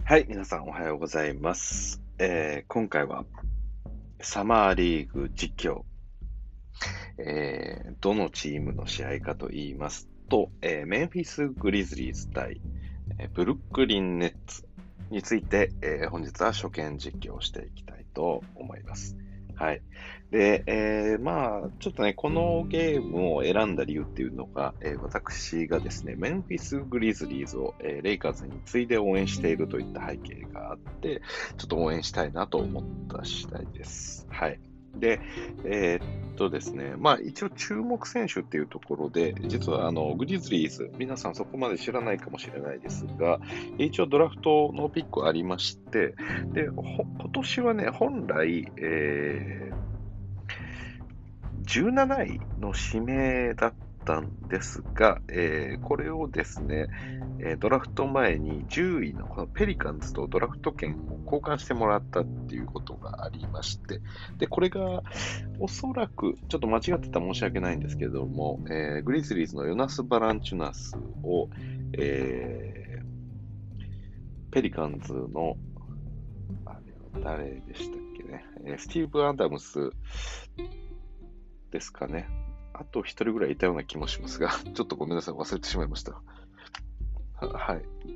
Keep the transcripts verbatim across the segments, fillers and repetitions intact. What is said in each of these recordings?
はい、皆さんおはようございます。えー今回はサマーリーグ実況、えーどのチームの試合かと言いますと、えーメンフィス・グリズリーズ対、えーブルックリン・ネッツについて、えー本日は初見実況をしていきたいと思います。はい。で、えーまあ、ちょっとね、このゲームを選んだ理由っていうのが、えー私がですね、メンフィス・グリズリーズを、えーレイカーズに次いで応援しているといった背景があって、ちょっと応援したいなと思った次第です。はい。で、えーっとですね、まあ一応注目選手っていうところで、実はあのグリズリーズ、皆さんそこまで知らないかもしれないですが、一応ドラフトのピックありまして、で、ほ今年はね、本来、えーじゅうなないの指名だったんですが、えーこれをですね、えードラフト前にじゅういのこのペリカンズとドラフト権を交換してもらったっていうことがありまして、で、これがおそらく、ちょっと間違ってたら申し訳ないんですけども、えーグリズリーズのヨナス・バランチュナスを、えーペリカンズの、あれは誰でしたっけね、えースティーブ・アダムスですかね。あと一人ぐらいいたような気もしますが、ちょっとごめんなさい、忘れてしまいました。ははい。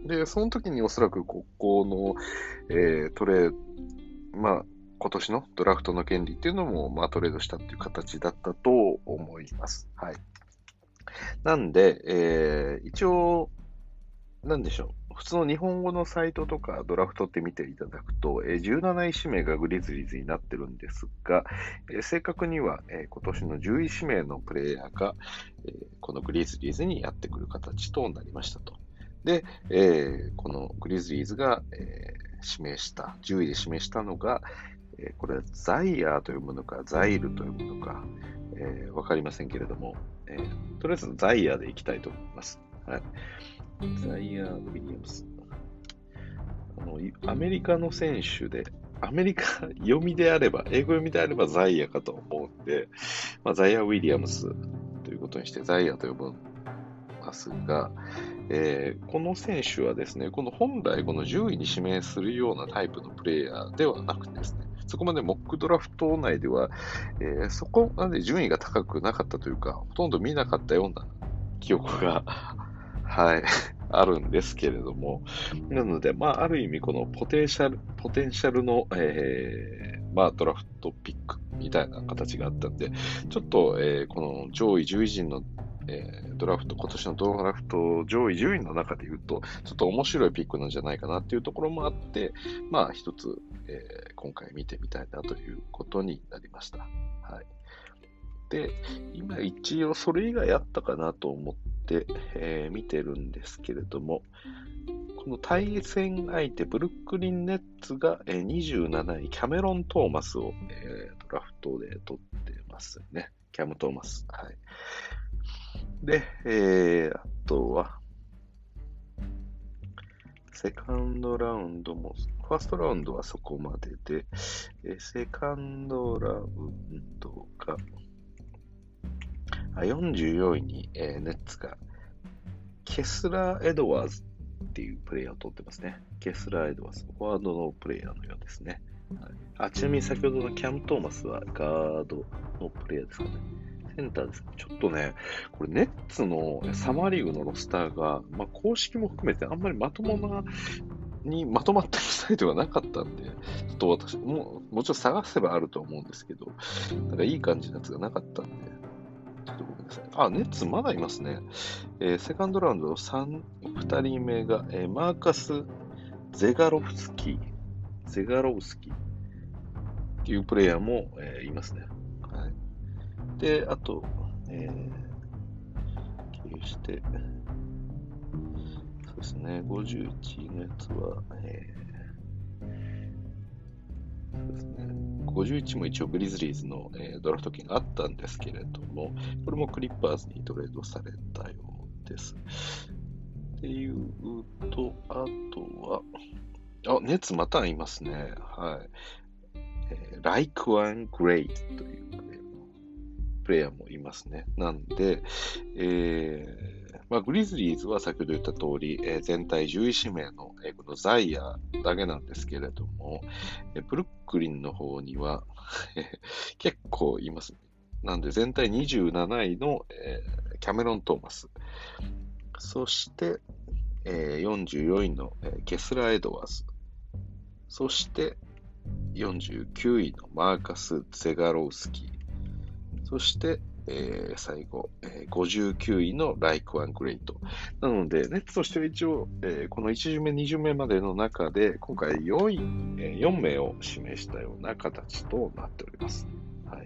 で、その時におそらくここの、えートレード、まあ、今年のドラフトの権利っていうのも、まあ、トレードしたっていう形だったと思います。はい。なんで、えー一応、なんでしょう。普通の日本語のサイトとかドラフトって見ていただくと、えーじゅうなない指名がグリズリーズになってるんですが、えー正確には、えー今年のじゅうい指名のプレイヤーが、えーこのグリズリーズにやってくる形となりましたと。で、えーこのグリズリーズが、えー指名した、じゅういで指名したのが、えーこれはザイアーというものか、ザイルというものか、えーわかりませんけれども、えーとりあえずザイアーでいきたいと思います。はい。ザイアー・ウィリアムス。あの、アメリカの選手で、アメリカ読みであれば、英語読みであればザイアかと思うんで、まあ、ザイア・ウィリアムスということにして、ザイアと呼ぶんますが、えーこの選手はですね、この本来このじゅういに指名するようなタイプのプレイヤーではなくてですね、そこまでモックドラフト内では、えーそこまで順位が高くなかったというか、ほとんど見なかったような記憶が、はい、あるんですけれども、なので、まあ、ある意味、このポテンシャル、ポテンシャルの、えーまあ、ドラフトピックみたいな形があったんで、ちょっと、えーこの上位じゅうい陣の、えードラフト、今年のドラフト上位じゅういの中で言うと、ちょっと面白いピックなんじゃないかなっていうところもあって、まあ、一つ、えー今回見てみたいなということになりました。はい。で、今一応それ以外あったかなと思って、えー見てるんですけれども、この対戦相手、ブルックリンネッツが、えーにじゅうなないキャメロン・トーマスを、えードラフトで取ってますね。キャム・トーマス。はい。で、えーあとは、セカンドラウンドも、ファーストラウンドはそこまでで、えーセカンドラウンドが、あよんじゅうよんいに、えーネッツがケスラー・エドワーズっていうプレイヤーを取ってますね。ケスラー・エドワーズ。フォワードのプレイヤーのようですね。はい、あちなみに先ほどのキャム・トーマスはガードのプレイヤーですかね。センターです。ちょっとね、これネッツのサマーリーグのロスターが、まあ、公式も含めてあんまりまともなにまとまったサイトがなかったんで、ちょっと私も、もちろん探せばあると思うんですけど、なんかいい感じのやつがなかったんで、ちょっとごめんなさい。あ、ネッツまだいますね。えーセカンドラウンドさん、ふたりめが、えーマーカス・ゼガロフスキー、ゼガロフスキーっていうプレイヤーも、えーいますね。はい。で、あと、えー、経由して、そうですね、ごじゅういちのやつは、えーそうですね、ごじゅういちも一応グリズリーズの、えードラフト権があったんですけれども、これもクリッパーズにトレードされたようです。っていうと、あとは、あ、ネッツまたいますね。はい。えーライクワン・グレイというプレイヤープレイヤーもいますね。なんで、えーまあ、グリズリーズは先ほど言った通り、えー全体じゅうい指名の、えーこのザイアだけなんですけれども、えブルックリンの方には結構います。なんで全体にじゅうなないの、えーキャメロン・トーマス。そして、えーよんじゅうよんいの、えーケスラー・エドワーズ。そしてよんじゅうきゅういのマーカス・ゼガロウスキー。そして、えー最後、えーごじゅうきゅういのライクワン・グレイト。なので、ネッツとしては一応、えーこのいち巡目、に巡目までの中で、今回よんい、えーよん名を指名したような形となっております。はい。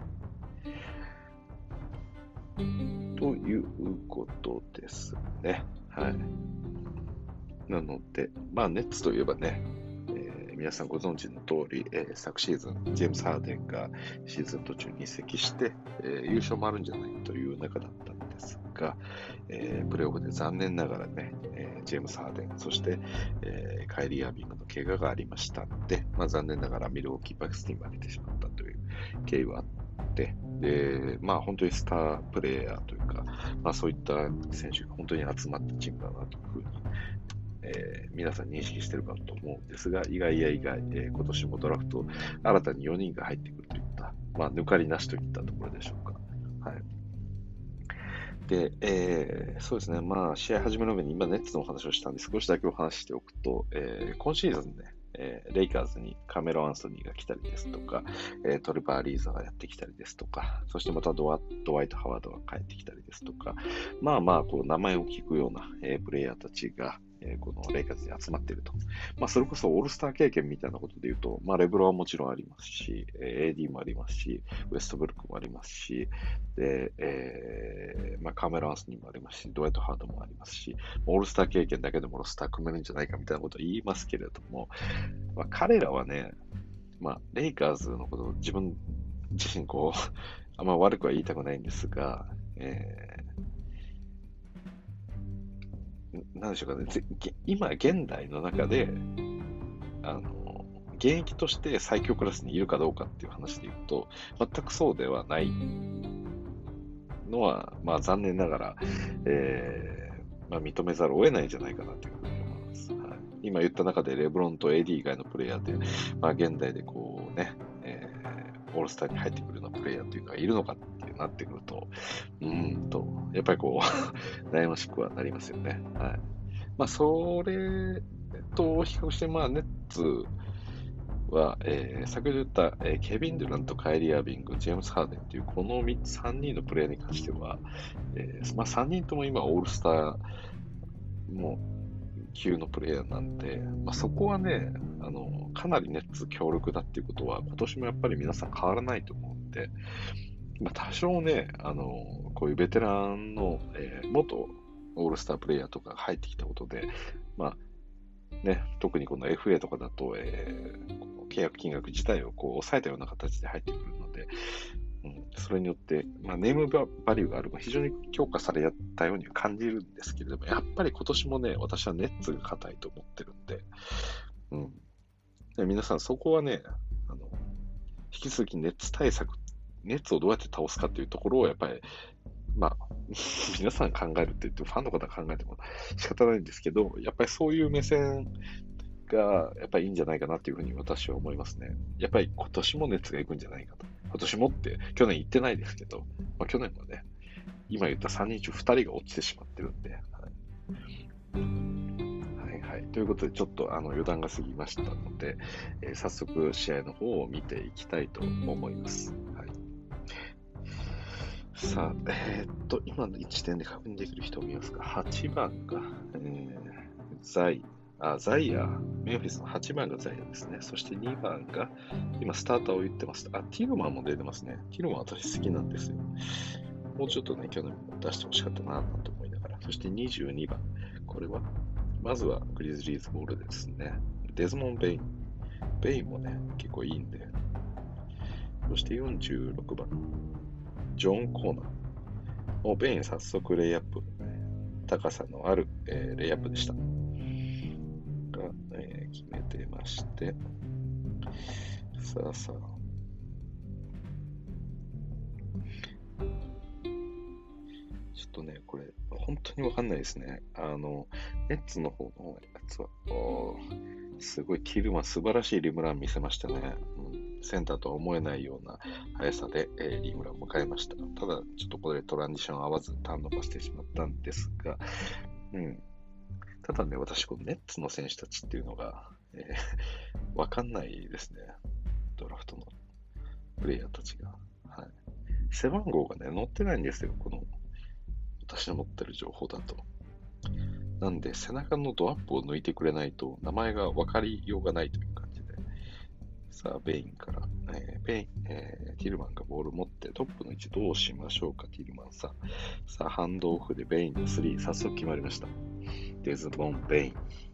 ということですね。はい。なので、まあ、ネッツといえばね、えー皆さんご存知の通り、えー昨シーズン、ジェームス・ハーデンがシーズン途中に移籍して、えー優勝もあるんじゃないという中だったんですが、えープレーオフで残念ながらね、えージェームス・ハーデン、そして、えーカイリー・アービングの怪我がありましたので、まあ、残念ながらミルウォーキー・バックスに負けてしまったという経緯はあって、で、まあ本当にスタープレイヤーというか、まあそういった選手が本当に集まったチームだなというふうに、えー皆さん認識しているかと思うんですが、意外や意外、えー今年もドラフト新たによにんが入ってくるといった、まあ抜かりなしといったところでしょうか。はい。で、えーそうですね、まあ、試合始める前に今、ネッツのお話をしたんで、少しだけお話ししておくと、えー今シーズンね、えーレイカーズにカメロ・アンソニーが来たりですとか、えートレバー・リーザがやってきたりですとか、そしてまたドワドワイト・ハワードが帰ってきたりですとか、まあまあ、こう名前を聞くような、えープレイヤーたちが、えーこのレイカーズに集まっていると。まあ、それこそオールスター経験みたいなことで言うと、まあ、レブロンはもちろんありますし、えー エーディー もありますし、ウエストブルックもありますし、で、えーまあ、カメラ・アンスにもありますし、ドワイト・ハードもありますし、オールスター経験だけでもロスター組めるんじゃないかみたいなことを言いますけれども、まあ、彼らはね、まあ、レイカーズのことを自分自身こう、あんま悪くは言いたくないんですが、えー、なんでしょうかね、ぜ今現代の中で、あの、現役として最強クラスにいるかどうかっていう話で言うと、全くそうではないのは、まあ、残念ながら、えーまあ、認めざるを得ないんじゃないかなというふうに思います。はい、今言った中で、レブロンと エーディー 以外のプレイヤーで、まあ、現代でこうね、えーオールスターに入ってくるようなプレイヤーというのがいるのかってなってくると、うーんと、やっぱりこう悩ましくはなりますよね。はい。まあ、それと比較して、まあ、ネッツは、えー先ほど言った、えーケビン・デュラント、カイリー・アービング、ジェームス・ハーデンというこのさんにんのプレイヤーに関しては、えーまあ、さんにんとも今オールスターも級のプレイヤーなんで、まあ、そこはね、あの、かなりネッツ強力だっていうことは、今年もやっぱり皆さん変わらないと思うんで、まあ、多少ね、あの、こういうベテランの、えー元オールスタープレイヤーとかが入ってきたことで、まあね、特にこの エフエー とかだと、えーこの契約金額自体をこう抑えたような形で入ってくるので、うん、それによって、まあ、ネームババリューがある、非常に強化されたように感じるんですけれども、やっぱり今年もね、私はネッツが硬いと思ってるんで、うん、で皆さんそこはね、あの引き続きネッツ対策、ネッツをどうやって倒すかっていうところをやっぱり、まあ、皆さん考えるって言っても、ファンの方が考えても仕方ないんですけど、やっぱりそういう目線がやっぱりいいんじゃないかなっていうふうに私は思いますね。やっぱり今年も熱がいくんじゃないかと。今年もって去年言ってないですけど、まあ、去年もね、今言ったさんにん中ふたりが落ちてしまってるんで、はい、はいはい。ということで、ちょっとあの余談が過ぎましたので、えー早速試合の方を見ていきたいと思います。はい、さあ、えーっと、今の時点で確認できる人を見ますか。はちばんが、えー、ザイ、あ、ザイア、メンフィスのはちばんがザイアですね。そしてにばんが、今スターターを言ってます。あ、ティルマンも出てますね。ティルマン私好きなんですよ。もうちょっとね、去年も出してほしかったなと思いながら。そしてにじゅうにばん。これは、まずはグリズリーズボールですね。デズモン・ベイン。ベインもね、結構いいんで。そしてよんじゅうろくばん。ジョン・コーナー。もうベイン早速レイアップ。高さのある、えーレイアップでした。が、えー決めてまして。さあさあ。ちょっとね、これ、本当にわかんないですね。あの、ネッツの方のやつは、 すごい、ティルマン素晴らしいリムラン見せましたね。うん、センターとは思えないような速さで、えーリムランを迎えました。ただ、ちょっとここでトランジション合わずターンオーバーしてしまったんですが、うん、ただね、私、このネッツの選手たちっていうのが、えー、わかんないですね。ドラフトのプレイヤーたちが。はい。背番号がね、載ってないんですよ。この、私の持ってる情報だと。なんで、背中のドアップを抜いてくれないと、名前が分かりようがないという感じで。さあ、ベインから、えーベイン、えーティルマンがボール持ってトップの位置どうしましょうか、ティルマンさん。さあ、ハンドオフでベインのスリー、早速決まりました。デズボン・ベイン。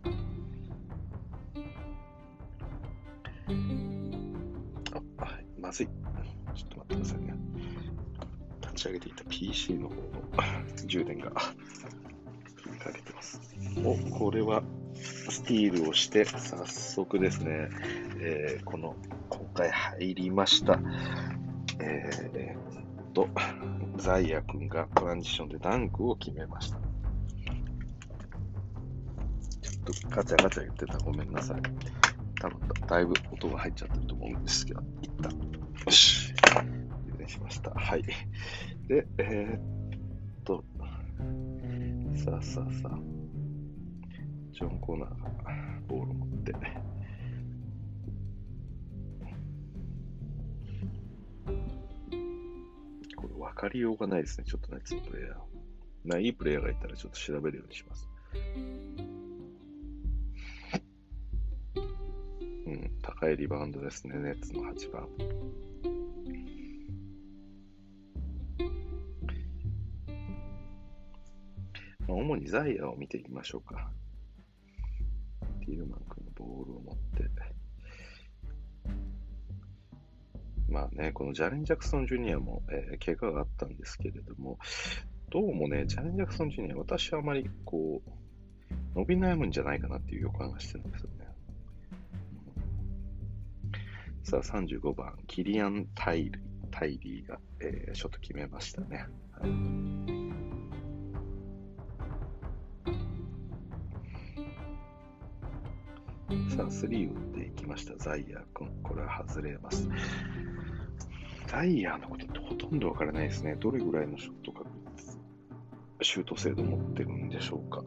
あ、はい、まずい。ちょっと待ってくださいね。立ち上げていた ピーシー の方の充電が切りかけてます。お、これはスティールをして、早速ですね、えーこの、今回入りました、えーっと、ザイヤ君がトランジションでダンクを決めました。ちょっとガチャガチャ言ってたらごめんなさい。多分だいぶ音が入っちゃってると思うんですけど、一旦、よし、充電しました。はい。で、えーっと、さあさあさあ、ジョン・コーナーがボールを持って、これ分かりようがないですね、ちょっとね、ツープレイヤー。まあ、いいプレイヤーがいたらちょっと調べるようにします。うん、高いリバウンドですね、ネッツのはちばん。まあ、主にザイヤーを見ていきましょうか。ティールマン君のボールを持って。まあね、このジャレン・ジャクソン・ジュニアも、えー怪我があったんですけれども、どうもね、ジャレン・ジャクソン・ジュニア、私はあまりこう、伸び悩むんじゃないかなっていう予感がしてるんですよね。さあ、さんじゅうごばん、キリアン・タイリータイリーが、えーショット決めましたね。はい、さあ、スリー打っていきました、ザイヤー君。これは外れます。ザイヤーのことってほとんどわからないですね。どれぐらいのショット確率、シュート精度持ってるんでしょうか。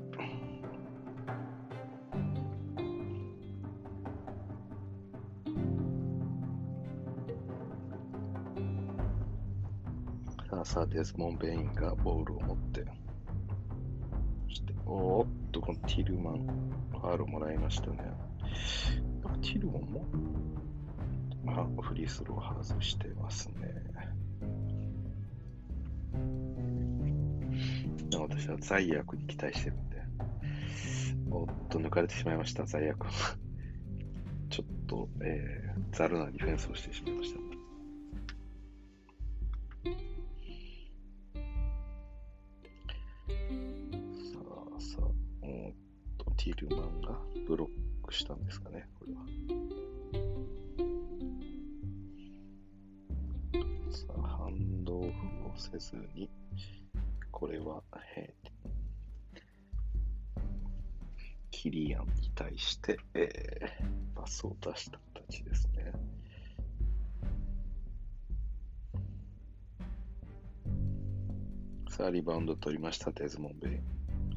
さあさあ、デズモン・ベインがボールを持って、そして、おーっと、このティルマン、ファウルをもらいましたね。なんかティルマンも、あ、フリースロー外してますね。私はザイヤー君に期待してるんで。おっと、抜かれてしまいました、ザイヤー君。ちょっと、えー、ざるなディフェンスをしてしまいました。さあさあ、おっと、ティルマンがブロックしたんですかね、これは。さあ、ハンドオフをせずに、これは、えーキリアンに対して、えー、パスを出した形ですね。さあ、リバウンド取りました、デズモン・ベイン。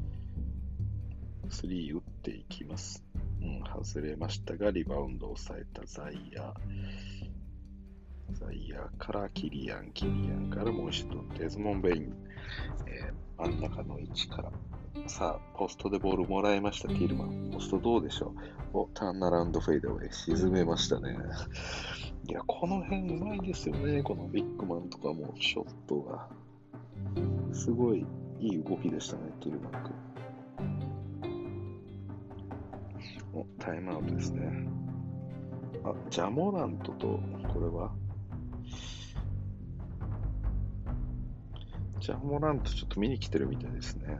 スリー打っていきます。うん、外れましたが、リバウンドを抑えたザイヤー。ザイヤーからキリアン、キリアンからもう一度、デズモン・ベイン、えー、真ん中の位置から。さあ、ポストでボールもらいました、ティルマン。ポストどうでしょう。お、ターンアラウンドフェイドウェイ、沈めましたね。いや、この辺うまいですよね。このビッグマンとかも、ショットが。すごいいい動きでしたね、ティルマン君。お、タイムアウトですね。あ、ジャモラントと、これはジャモラントちょっと見に来てるみたいですね。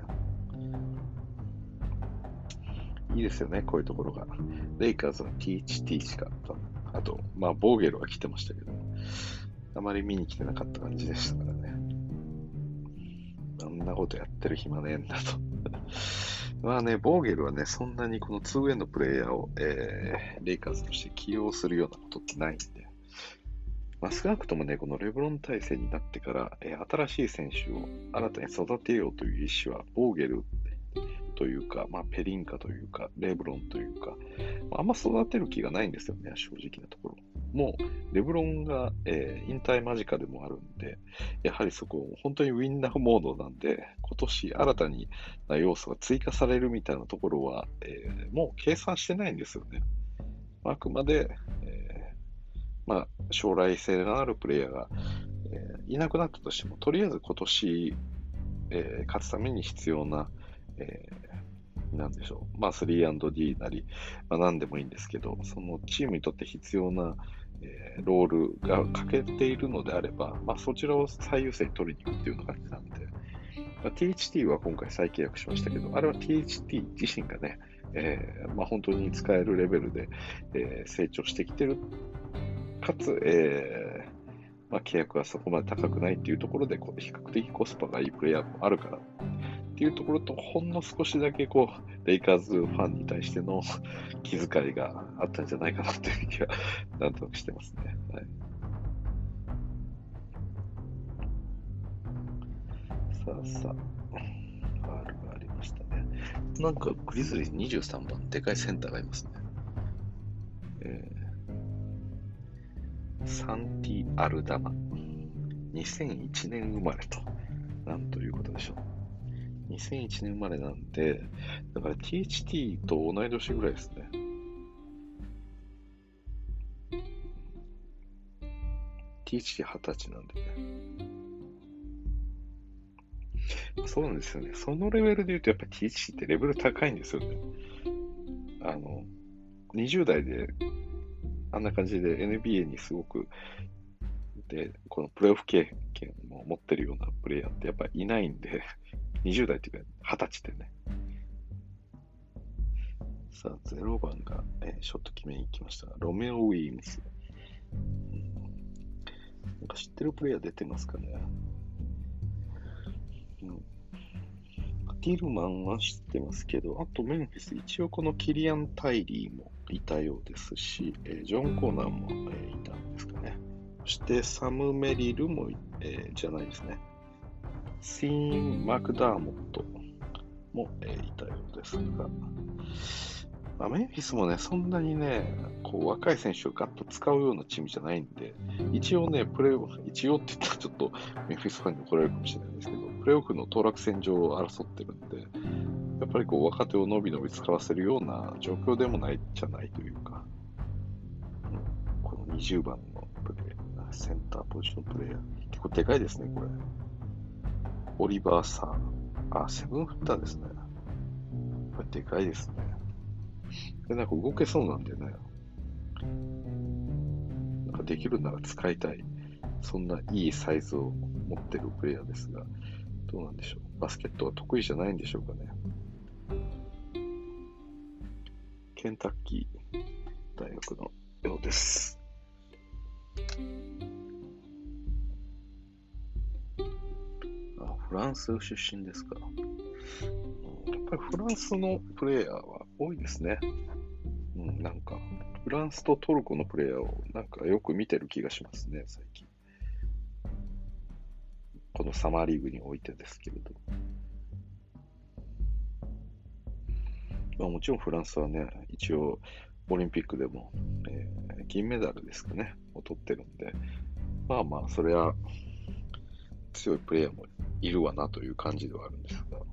いいですよね、こういうところが。レイカーズは ティーエイチティー しかあと、まあ、ボーゲルは来てましたけど、あまり見に来てなかった感じでしたからね。あんなことやってる暇ねえんだと。 まあね、ボーゲルはね、そんなにこのツーエンドプレイヤーを、えーレイカーズとして起用するようなことってないんで、まあ、少なくともね、このレブロン体制になってから、えー新しい選手を新たに育てようという意思は、ボーゲルというか、まあ、ペリンカというか、レブロンというか、まあ、あんま育てる気がないんですよね、正直なところ。もう、レブロンが、えー引退間近でもあるんで、やはりそこ、本当にウィンナーモードなんで、今年新たにな要素が追加されるみたいなところは、えーもう計算してないんですよね。あくまで、えーまあ、将来性のあるプレイヤーが、えーいなくなったとしても、とりあえず今年、えー勝つために必要な、えーなんでしょう、まあ スリーアンドディー なり、まあ、何でもいいんですけど、そのチームにとって必要な、えーロールが欠けているのであれば、まあ、そちらを最優先に取りに行くっていうような感じなんで、まあ、ティーエイチティー は今回再契約しましたけど、あれは ティーエイチティー 自身がね、えーまあ、本当に使えるレベルで、えー成長してきてる、かつ、えーまあ、契約がそこまで高くないっていうところで、こう比較的コスパがいいプレイヤーもあるからっていうところと、ほんの少しだけこう、レイカーズファンに対しての気遣いがあったんじゃないかなという気は、なんとなくしてますね。はい、さあさあ、ファールがありましたね。なんか、グリズリーにじゅうさんばん、でかいセンターがいますね。えー、サンティ・アルダマ。にせんいちねん生まれと。なんということでしょう。にせんいちねん生まれなんで、だから ティーエイチティー と同い年ぐらいですね。ティーエイチティーはたちなんでね。そうなんですよね。そのレベルで言うと、やっぱり ティーエイチティー ってレベル高いんですよね。あの、にじゅう代であんな感じで エヌビーエー にすごく、で、このプレーオフ経験も持ってるようなプレイヤーってやっぱりいないんで、にじゅう代っていうかはたちでね。さあ、ゼロばんが、えーショット決めに行きましたが、ロメオ・ウィームス。うんなんか知ってるプレイヤー出てますかね。うん、ティルマンは知ってますけど、あとメンフィス、一応このキリアン・タイリーもいたようですし、えージョン・コーナーも、えーいたんですかね。そしてサム・メリルも、えーじゃないですね。シーン・マクダーモットも、えーいたようですが、まあ、メンフィスもね、そんなにね、こう若い選手をガッと使うようなチームじゃないんで、一応ね、プレーオフ、一応って言ったらちょっとメンフィスファンに怒られるかもしれないんですけど、プレーオフの当落戦場を争ってるんで、やっぱりこう若手を伸び伸び使わせるような状況でもないじゃないというか、うんこのにじゅうばんのプレー、センターポジションプレーヤー、結構でかいですね、これ。オリバー・サー。あ、セブンフッターですね。これでかいですね。で、なんか動けそうなんでね、なんかできるなら使いたい。そんないいサイズを持ってるプレイヤーですが、どうなんでしょう。バスケットは得意じゃないんでしょうかね。ケンタッキー大学のようです。あ、フランス出身ですか。やっぱりフランスのプレイヤーは多いですね。うん、なんか、フランスとトルコのプレイヤーをなんかよく見てる気がしますね、最近。このサマーリーグにおいてですけれど。まあ、もちろんフランスはね、一応オリンピックでも、えー銀メダルですかね、を取ってるんで、まあまあ、それは強いプレイヤーもいるわなという感じではあるんですが、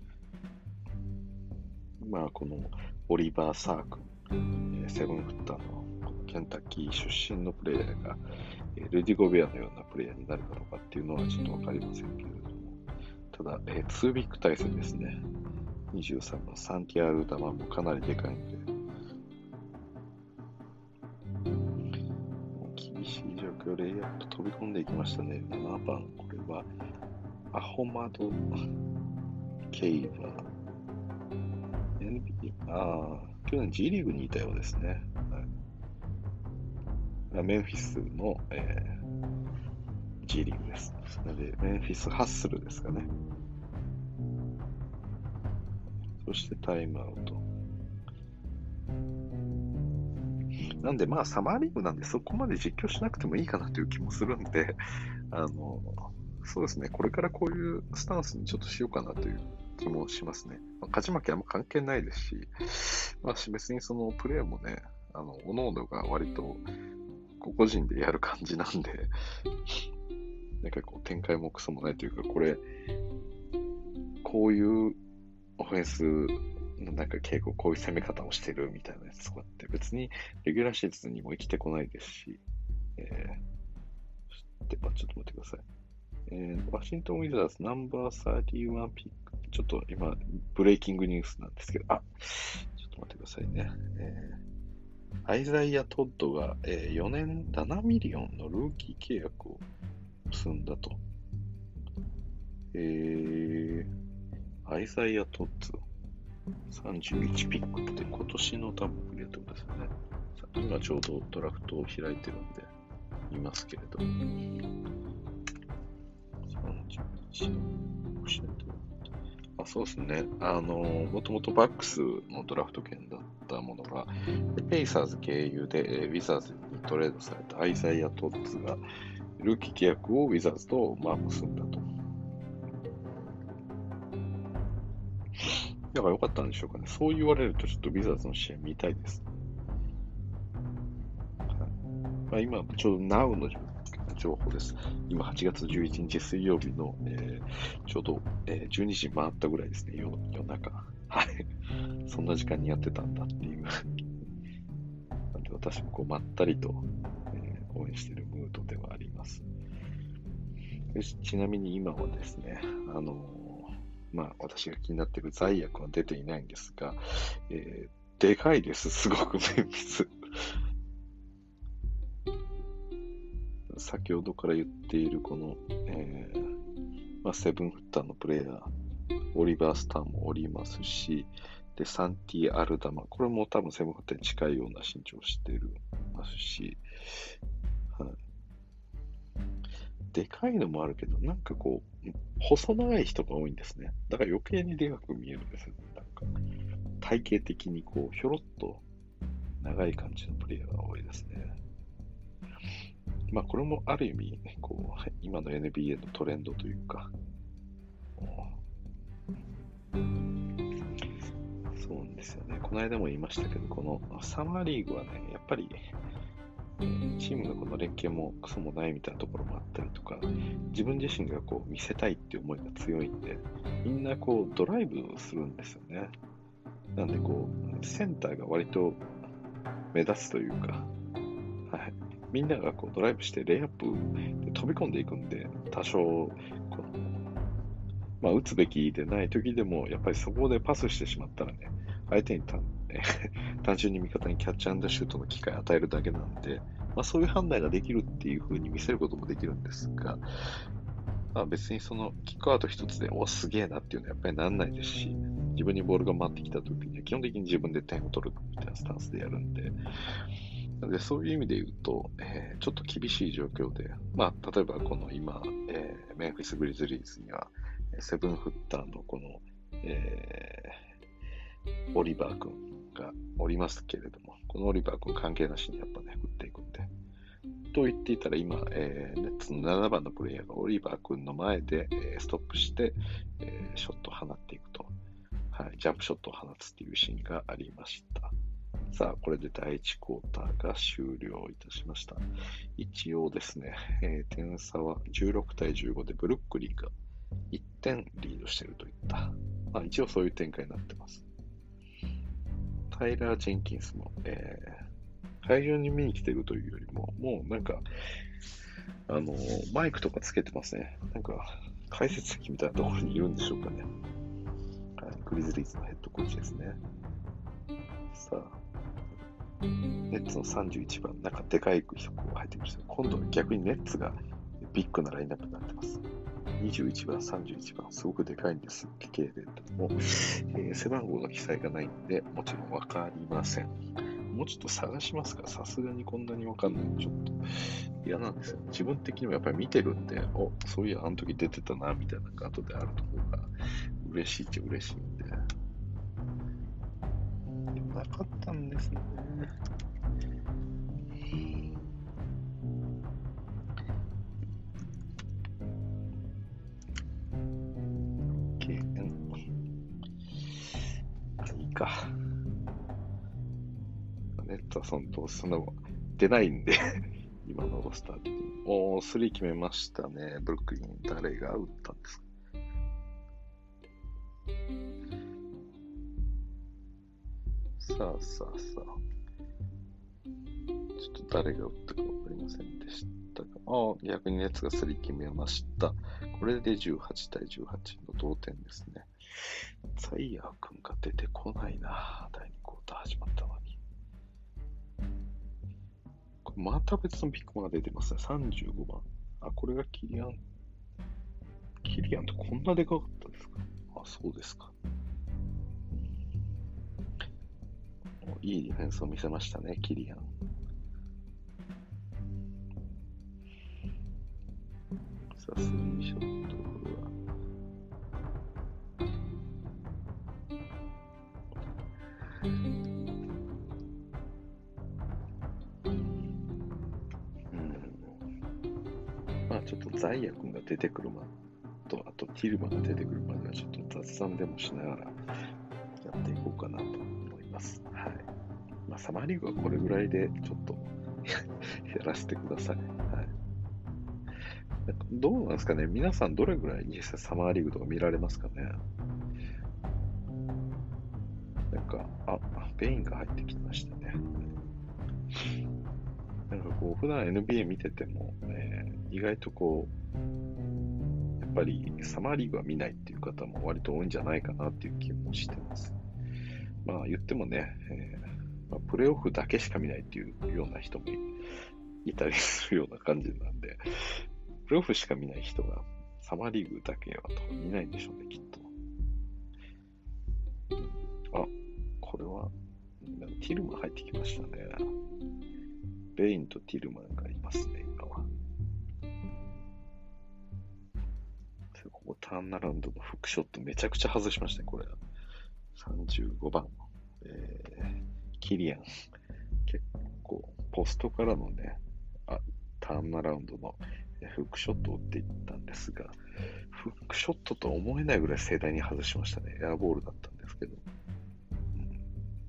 まあ、このオリバー・サーク、えーセブンフッターのこのケンタッキー出身のプレイヤーが、えールディ・ゴベアのようなプレイヤーになるかどうかっていうのはちょっとわかりませんけれども、ただ、えー、ツービッグ対戦ですね。にじゅうさんばん、サンティアルダマもかなりでかいんで、厳しい状況、レイアップ飛び込んでいきましたね。ななばん、これはアホマド・ケイバー。エヌビー、ああ、去年 G リーグにいたようですね。はい、メンフィスの、えー G リーグです。なので、メンフィスハッスルですかね。 そしてタイムアウト。なんでまあサマーリーグなんでそこまで実況しなくてもいいかなという気もするんで、あの、そうですね、これからこういうスタンスにちょっとしようかなという気もしますね。まあ、勝ち負けあんま関係ないですし、まあ別にそのプレーもね、あの、各々が割と個々人でやる感じなんで、なんかこう展開もクソもないというか、これ、こういうオフェンスのなんか傾向、こういう攻め方をしてるみたいなやつとかって別にレギュラーシーズンにも生きてこないですし、えー、であちょっと待ってください。えー、ワシントン・ウィザーズナンバーさんじゅういちピック、ちょっと今、ブレイキングニュースなんですけど、あ、ちょっと待ってくださいね。えー、アイザイア・トッドが、えー、よねんななミリオンのルーキー契約を結んだと。えー、アイザイア・トッツ、さんじゅういちピックって今年の多分プレーってことですよね。今ちょうどドラフトを開いてるんで、見ますけれど。さんじゅういちあ、そうですね。あの、もともとバックスのドラフト権だったものが、ペイサーズ経由でウィザーズにトレードされたアイザイア・トッツが、ルーキー契約をウィザーズとまあ結んだと。だから良かったんでしょうかね。そう言われるとちょっとウィザーズの試合見たいです。はいまあ、今、ちょうど Now の情報です。今、はちがつじゅういちにち水曜日の、えー、ちょうど、えー、じゅうにじ回ったぐらいですね、夜夜中。はい。そんな時間にやってたんだっていう。なんで私もこうまったりと、えー、応援しているムードではあります。ちなみに今はですね、あのー、まあ私が気になっている罪悪は出ていないんですが、えー、でかいです、すごくメンフィス。先ほどから言っているこの、えーまあ、セブンフッターのプレイヤー、オリバー・スターもおりますし、で、サンティ・アルダマ、これも多分セブンフッターに近いような身長をしていますし、はい、でかいのもあるけど、なんかこう、細長い人が多いんですね。だから余計にでかく見えるんですよね。なんか体型的にこう、ひょろっと長い感じのプレイヤーが多いですね。まあこれもある意味、こう、今の エヌビーエー のトレンドというか、そうなんですよね。この間も言いましたけど、このサマーリーグはね、やっぱり、チームのこの連携もクソもないみたいなところもあったりとか、自分自身がこう見せたいっていう思いが強いんで、みんなこうドライブするんですよね。なんでこう、センターが割と目立つというか、はい、みんながこうドライブしてレイアップで飛び込んでいくんで、多少この、まあ、打つべきでない時でも、やっぱりそこでパスしてしまったらね、相手に単単純に味方にキャッチアンドシュートの機会を与えるだけなんで、まあ、そういう判断ができるっていう風に見せることもできるんですが、まあ、別にそのキックアウト一つで、お、すげえなっていうのはやっぱりなんないですし、自分にボールが回ってきた時には基本的に自分で点を取るみたいなスタンスでやるんで、なのでそういう意味で言うと、えーちょっと厳しい状況で、まあ、例えばこの今、えーメンフィス・グリズリーズには、セブンフッターのこの、えーオリバー君がおりますけれども、このオリバー君関係なしにやっぱね、打っていくんで。と言っていたら今、えーネッツのななばんのプレイヤーがオリバー君の前で、えーストップして、えーショットを放っていくと、はい、ジャンプショットを放つっていうシーンがありました。さあ、これでだいいちクォーターが終了いたしました。一応ですね、えー点差はじゅうろくたいじゅうごでブルックリンがいってんリードしているといった、まあ、一応そういう展開になってます。タイラー・ジェンキンスも、えー、会場に見に来てるというよりも、もうなんか、あのーマイクとかつけてますね。なんか、解説席みたいなところにいるんでしょうかね。はい、グリズリーズのヘッドコーチですね。さあ、ネッツのさんじゅういちばん、なんかでかい人が入ってきました。今度は逆にネッツがビッグなラインナップになってます。にじゅういちばん、さんじゅういちばん、すごくでかいんです、系列も、えー、背番号の記載がないんで、もちろんわかりません。もうちょっと探しますか、さすがにこんなにわかんないのちょっと嫌なんですよ。自分的にもやっぱり見てるんで、お、そういや、あの時出てたな、みたいな後であるところが嬉しいっちゃ嬉しいんで。 かったんですね。いいか。ネットはそのどうせそんなもん出ないんで、今のロスター的に。おー、スリー決めましたね。ブルックリン、誰が打ったんですか？さあさあさあ。ちょっと誰が打ったかわかりませんでしたが。ああ、逆にネッツがスリー決めました。これでじゅうはちたいじゅうはちの同点ですね。ザイヤー君が出てこないな。だいにクォーター始まったのに。これまた別のビッグマンが出てますね。さんじゅうごばん。あ、これがキリアン。キリアンってこんなでかかったですか？あ、そうですか。いいディフェンスを見せましたね、キリアン。さあ、スリーショット、これは。うん。まあちょっとザイヤ君が出てくるまと、あとティルマが出てくるまではちょっと雑談でもしながらやっていこうかなと思います。はい。まあサマーリーグはこれぐらいでちょっとやらせてください。はい。どうなんですかね、皆さんどれぐらい実際サマーリーグとか見られますかね。なんか、あ、ベインが入ってきましたね。なんかこう、普段 エヌビーエー 見てても、えー、意外とこう、やっぱりサマーリーグは見ないっていう方も割と多いんじゃないかなっていう気もしてます。まあ言ってもね、えーまあ、プレーオフだけしか見ないっていうような人もいたりするような感じなんで、プレーオフしか見ない人がサマーリーグだけはとか見ないんでしょうね、きっと。あ、これは、ティルマン入ってきましたね。ベインとティルマンがいますね、今は。ここターンアラウンドのフックショットめちゃくちゃ外しましたね、これ。さんじゅうごばん、えー、キリアン。結構、ポストからのね、あターンアラウンドのフックショットを打っていったんですが、フックショットとは思えないぐらい盛大に外しましたね。エアボールだったんですけど。うん、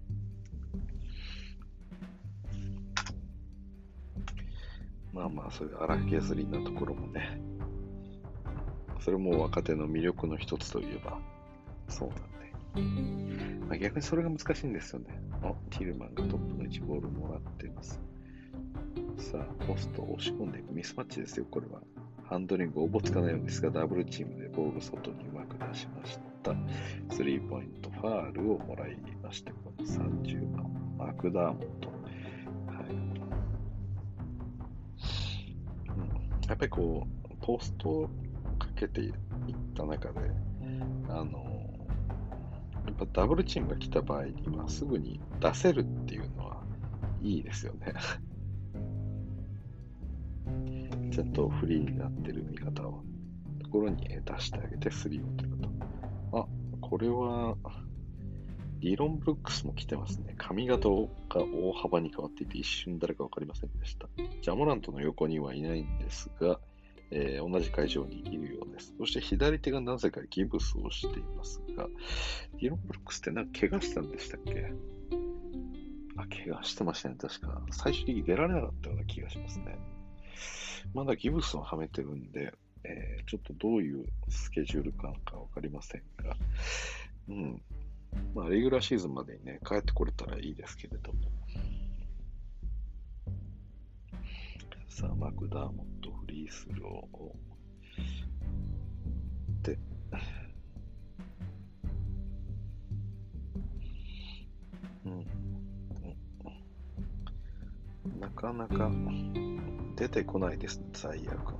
まあまあ、そういう荒削りなところもね、それも若手の魅力の一つといえば、そうなんで。まあ、逆にそれが難しいんですよね。あ、ティルマンがトップのいちボールもらっています。さあ、ポストを押し込んでいくミスマッチですよ、これは。ハンドリングおぼつかないようですが、ダブルチームでボール外にうまく出しました。スリーポイントファールをもらいまして、このさんじゅうばん、マクダーモット。はい。うん、やっぱりこう、ポストをかけていった中で、あの、やっぱダブルチームが来た場合にはすぐに出せるっていうのはいいですよね。ちゃんとフリーになってる味方をところに出してあげてスリーをということ。あ、これはディロン・ブルックスも来てますね。髪型が大幅に変わっていて一瞬誰か分かりませんでした。ジャモラントの横にはいないんですが、えー、同じ会場にいるようです。そして左手がなぜかギブスをしていますが、ディロン・ブルックスってなんか怪我したんでしたっけ？あ、怪我してましたね、確か。最終的に出られなかったような気がしますね。まだギブスをはめてるんで、えー、ちょっとどういうスケジュール感かわかりませんが、うん。まあ、レギュラーシーズンまでにね、帰ってこれたらいいですけれども。さあ、マクダーモットフリースローを。で、うん。なかなか出てこないですね、ザイヤー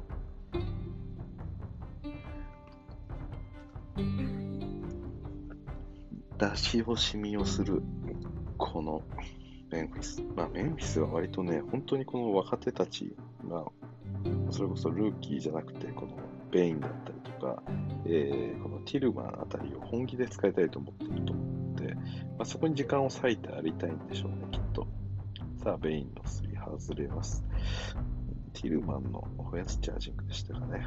君。出し惜しみをする、このメンフィス。まあ、メンフィスは割とね、本当にこの若手たち、まあ、それこそルーキーじゃなくて、このベインだったりとか、えー、このティルマンあたりを本気で使いたいと思っていると思うので、 あ、そこに時間を割いてありたいんでしょうね、きっと。さあ、ベインのスリー外れます。ティルマンのオフェンスチャージングでしたかね。はい、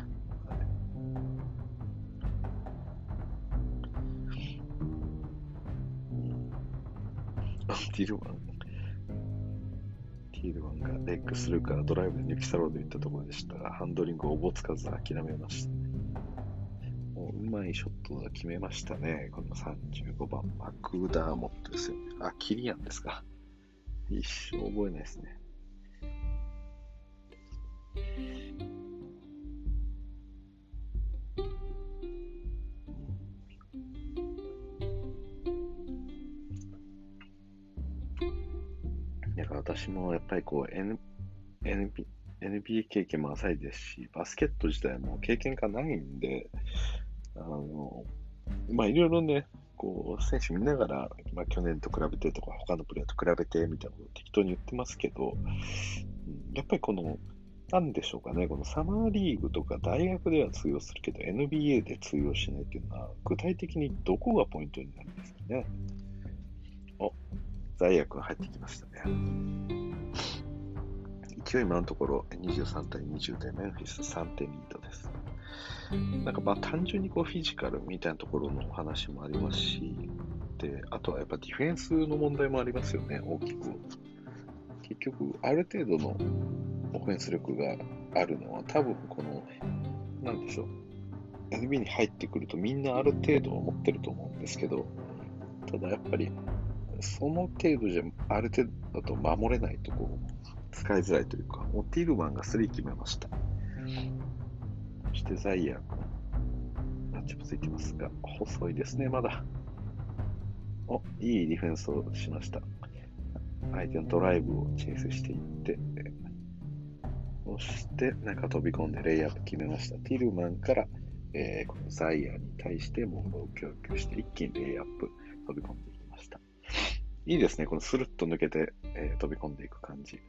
ティルマン、ティルマンがレッグするからドライブで抜き去ろうといったところでしたが、ハンドリングをおぼつかず諦めました。もううまいショットが決めましたね。このさんじゅうごばん、マクダーモットですよね。あ、キリアンですか。一生覚えないですね。だから私もやっぱりこう、N、NBエヌビーエー 経験も浅いですし、バスケット自体も経験がないんで、あの、まあいろいろね、こう、選手見ながら、まあ去年と比べてとか、他のプレーと比べてみたいなことを適当に言ってますけど、うん、やっぱりこの、なんでしょうかね、このサマーリーグとか大学では通用するけど、エヌビーエー で通用しないっていうのは、具体的にどこがポイントになるんですかね。お、罪悪が入ってきましたね。勢い今のところにじゅうさんたいにじゅうでメンフィスさんてんリードです。なんかまあ単純にこうフィジカルみたいなところのお話もありますし、で、あとはやっぱディフェンスの問題もありますよね、大きく。結局、ある程度のオフェンス力があるのは多分この、なんでしょう、エヌビー に入ってくるとみんなある程度は持ってると思うんですけど、ただやっぱりその程度じゃある程度だと守れないとこう使いづらいというか、ティルマンがスリー決めました。そしてザイアン、マッチアップついてますが、細いですね、まだ。お、いいディフェンスをしました。相手のドライブをチェイスしていって、そして中飛び込んでレイアップ決めました。ティルマンから、えー、このザイアンに対してボールを供給して一気にレイアップ飛び込んでいきました。いいですね、このスルッと抜けて、えー、飛び込んでいく感じ。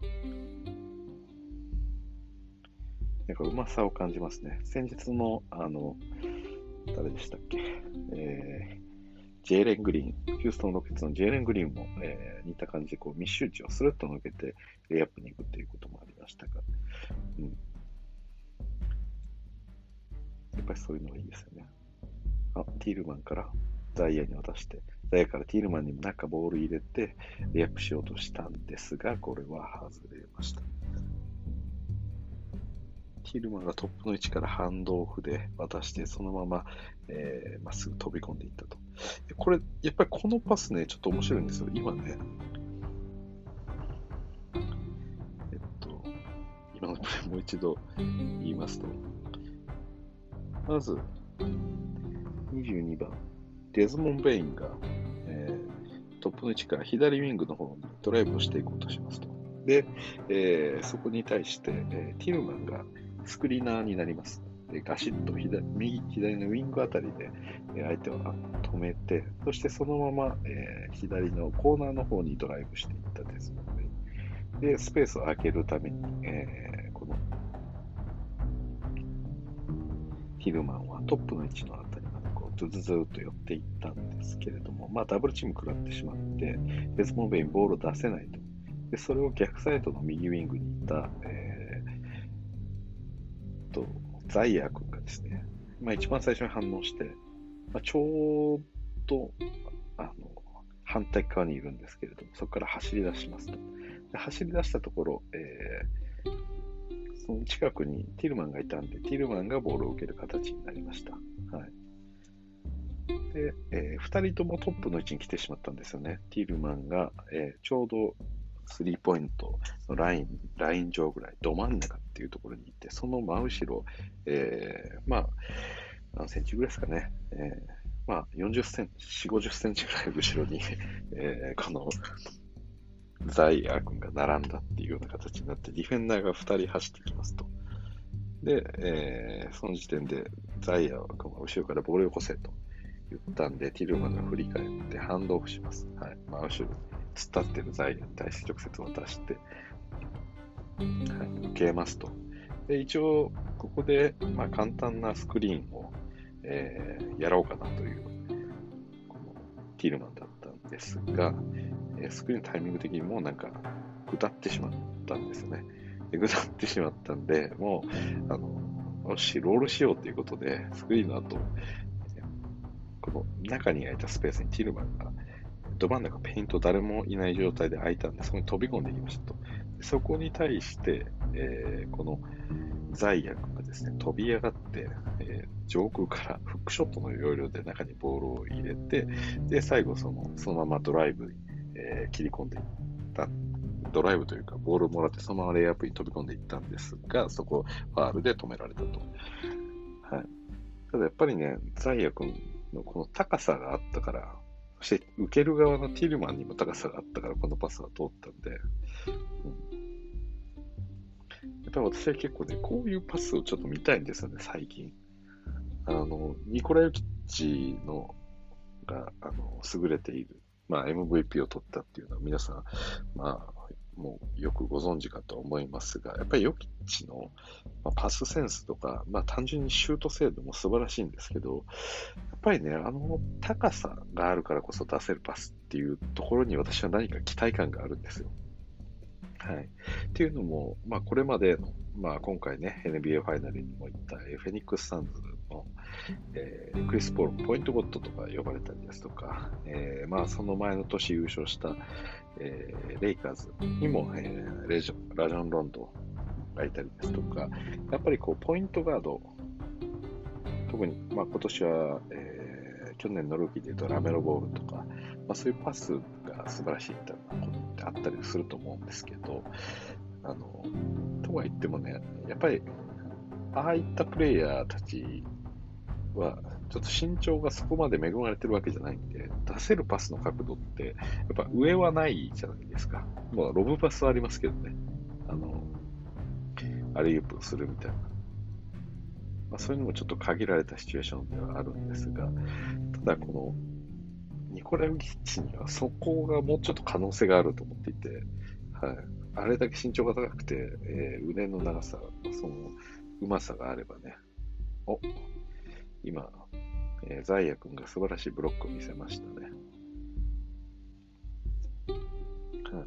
なんかうまさを感じますね。先日の、あの、誰でしたっけ、えー、ジェイレン・グリーン、ヒューストン・ロケッツのジェイレン・グリーンも、えー、似た感じでこう密集地をスルッと抜けてレイアップに行くということもありましたが、うん、やっぱりそういうのがいいですよね。あ、ティールマンからザイアに渡して、ザイアからティールマンに中ボール入れてレイアップしようとしたんですが、これは外れました。ティルマンがトップの位置からハンドオフで渡して、そのまま、えー、まっすぐ飛び込んでいったと。これ、やっぱりこのパスね、ちょっと面白いんですよ。今ね、えっと、今のプレーもう一度言いますと、まず、にじゅうにばん、デズモン・ベインが、えー、トップの位置から左ウィングの方にドライブをしていこうとしますと。で、えー、そこに対して、えー、ティルマンがスクリーナーになります。でガシッと左右左のウィングあたりで、えー、相手を止めて、そしてそのまま、えー、左のコーナーの方にドライブしていったですので、でスペースを空けるために、えー、このティルマンはトップの位置のあたりまでこうズズズーっと寄っていったんですけれども、まあ、ダブルチーム食らってしまって、デスモンベインボールを出せないと。でそれを逆サイドの右ウィングにいた、えー、とザイヤー君がですね、まあ、一番最初に反応して、まあ、ちょうどあの反対側にいるんですけれども、そこから走り出しますと。で走り出したところ、えー、その近くにティルマンがいたんで、ティルマンがボールを受ける形になりました。はい。で、えー、ふたりともトップの位置に来てしまったんですよね。ティルマンが、えー、ちょうどスリーポイントのライン、ライン上ぐらい、ど真ん中っていうところにいて、その真後ろ、えー、まあ、何センチぐらいですかね。えー、まあ、よんじゅっセンチ、よんじゅう、ごじゅっセンチぐらい後ろに、えー、この、ザイアー君が並んだっていうような形になって、ディフェンダーがふたり走ってきますと。で、えー、その時点で、ザイアー君が後ろからボールよこせと言ったんで、ティルマンが振り返ってハンドオフします。はい。真後ろに突っ立ってるザイアーに対して直接渡して、はい、受けますと。で、一応、ここで、まあ、簡単なスクリーンを、えー、やろうかなという、このティルマンだったんですが、えースクリーンのタイミング的にもうなんか、ぐたってしまったんですよね。でぐたってしまったんで、もう、あの、よし、ロールしようということで、スクリーンの後、この中に空いたスペースにティルマンが、ど真ん中ペイント誰もいない状態で空いたんで、そこに飛び込んでいきましたと。でそこに対して、えーこのザイヤ君がですね、飛び上がって、えー上空からフックショットの要領で中にボールを入れて、で、最後その、そのままドライブに、えー切り込んでいった。ドライブというか、ボールをもらってそのままレイアップに飛び込んでいったんですが、そこをファールで止められたと。はい。ただやっぱりね、ザイヤ君のこの高さがあったから、そして受ける側のティルマンにも高さがあったから、このパスが通ったんで、うんやっぱり私は結構ね、こういうパスをちょっと見たいんですよね、最近。あの、ニコラ・ヨキッチのが、あの、優れている、まあ、エムブイピー を取ったっていうのは皆さん、まあ、もうよくご存知かと思いますが、やっぱりヨキッチの、まあ、パスセンスとか、まあ、単純にシュート精度も素晴らしいんですけど、やっぱりね、あの高さがあるからこそ出せるパスっていうところに私は何か期待感があるんですよ。はい。っていうのも、まあ、これまでの、まあ、今回ね、エヌビーエー ファイナルにも行ったえーフェニックス・サンズの、えークリス・ポールもポイントゴッドとか呼ばれたりですとか、えーまあ、その前の年優勝した、えーレイカーズにも、えーレジョラジョン・ロンドがいたりですとか、やっぱりこうポイントガード、特に、まあ、今年は、えー去年のルーキーでいうとラメロボールとか、まあ、そういうパスが素晴らしいみたいなことってあったりすると思うんですけど、あのとは言ってもね、やっぱりああいったプレイヤーたちは、ちょっと身長がそこまで恵まれてるわけじゃないんで、出せるパスの角度って、やっぱ上はないじゃないですか。もうロブパスはありますけどね。あの、アリウープするみたいな。まあ、そういうのもちょっと限られたシチュエーションではあるんですが、ただこのニコラ・ヨキッチにはそこがもうちょっと可能性があると思っていて、はい、あれだけ身長が高くて、えー腕の長さ、そのうまさがあればね、お今、えーザイヤ君が素晴らしいブロックを見せましたね。はい、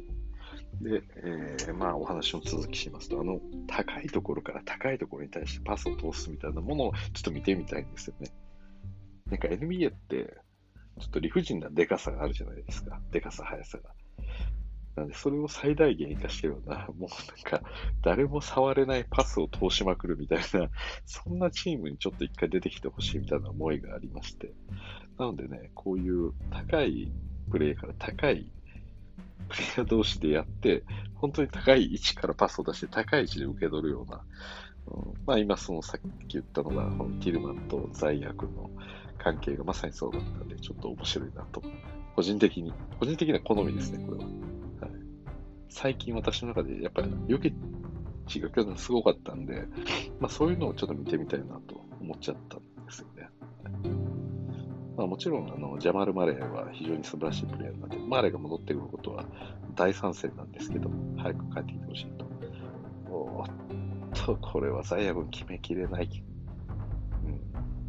で、えーまあお話の続きしますと、あの高いところから高いところに対してパスを通すみたいなものをちょっと見てみたいんですよね。なんか エヌビーエー ってちょっと理不尽なデカさがあるじゃないですか。デカさ、速さが。なんで、それを最大限活かしてるような、もうなんか、誰も触れないパスを通しまくるみたいな、そんなチームにちょっと一回出てきてほしいみたいな思いがありまして。なのでね、こういう高いプレイから高いプレイヤー同士でやって、本当に高い位置からパスを出して高い位置で受け取るような、うん、まあ今そのさっき言ったのが、このティルマンとザイヤー君の関係がまさにそうだったので、ちょっと面白いなと。個人的に、個人的な好みですね、これは。はい、最近私の中でやっぱりヨキッチが去年すごかったんで、まあそういうのをちょっと見てみたいなと思っちゃったんですよね。まあ、もちろんあのジャマル・マレーは非常に素晴らしいプレーヤーなので、マレーが戻ってくることは大賛成なんですけど、早く帰ってきてほしいと。おーっと、これはザイヤ君決めきれない。うん、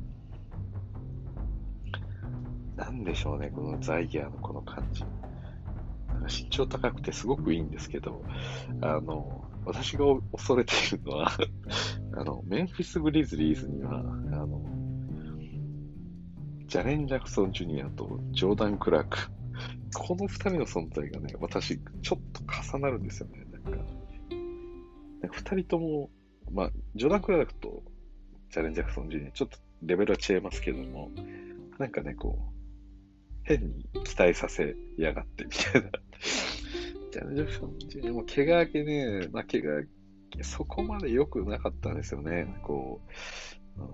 なんでしょうね、このザイヤーのこの感じ。なんか身長高くてすごくいいんですけど、あの、私が恐れているのはあの、メンフィス・グリズリーズには、あの、ジャレン・ジャクソン・ジュニアとジョーダン・クラーク。この二人の存在がね、私、ちょっと重なるんですよね。なんか、なんか二人とも、まあ、ジョーダン・クラークとジャレン・ジャクソン・ジュニア、ちょっとレベルは違いますけども、なんかね、こう、変に期待させやがってみたいな。ジャレン・ジャクソン・ジュニアも怪我明けね、まあ、怪我明け、そこまで良くなかったんですよね。こう、うん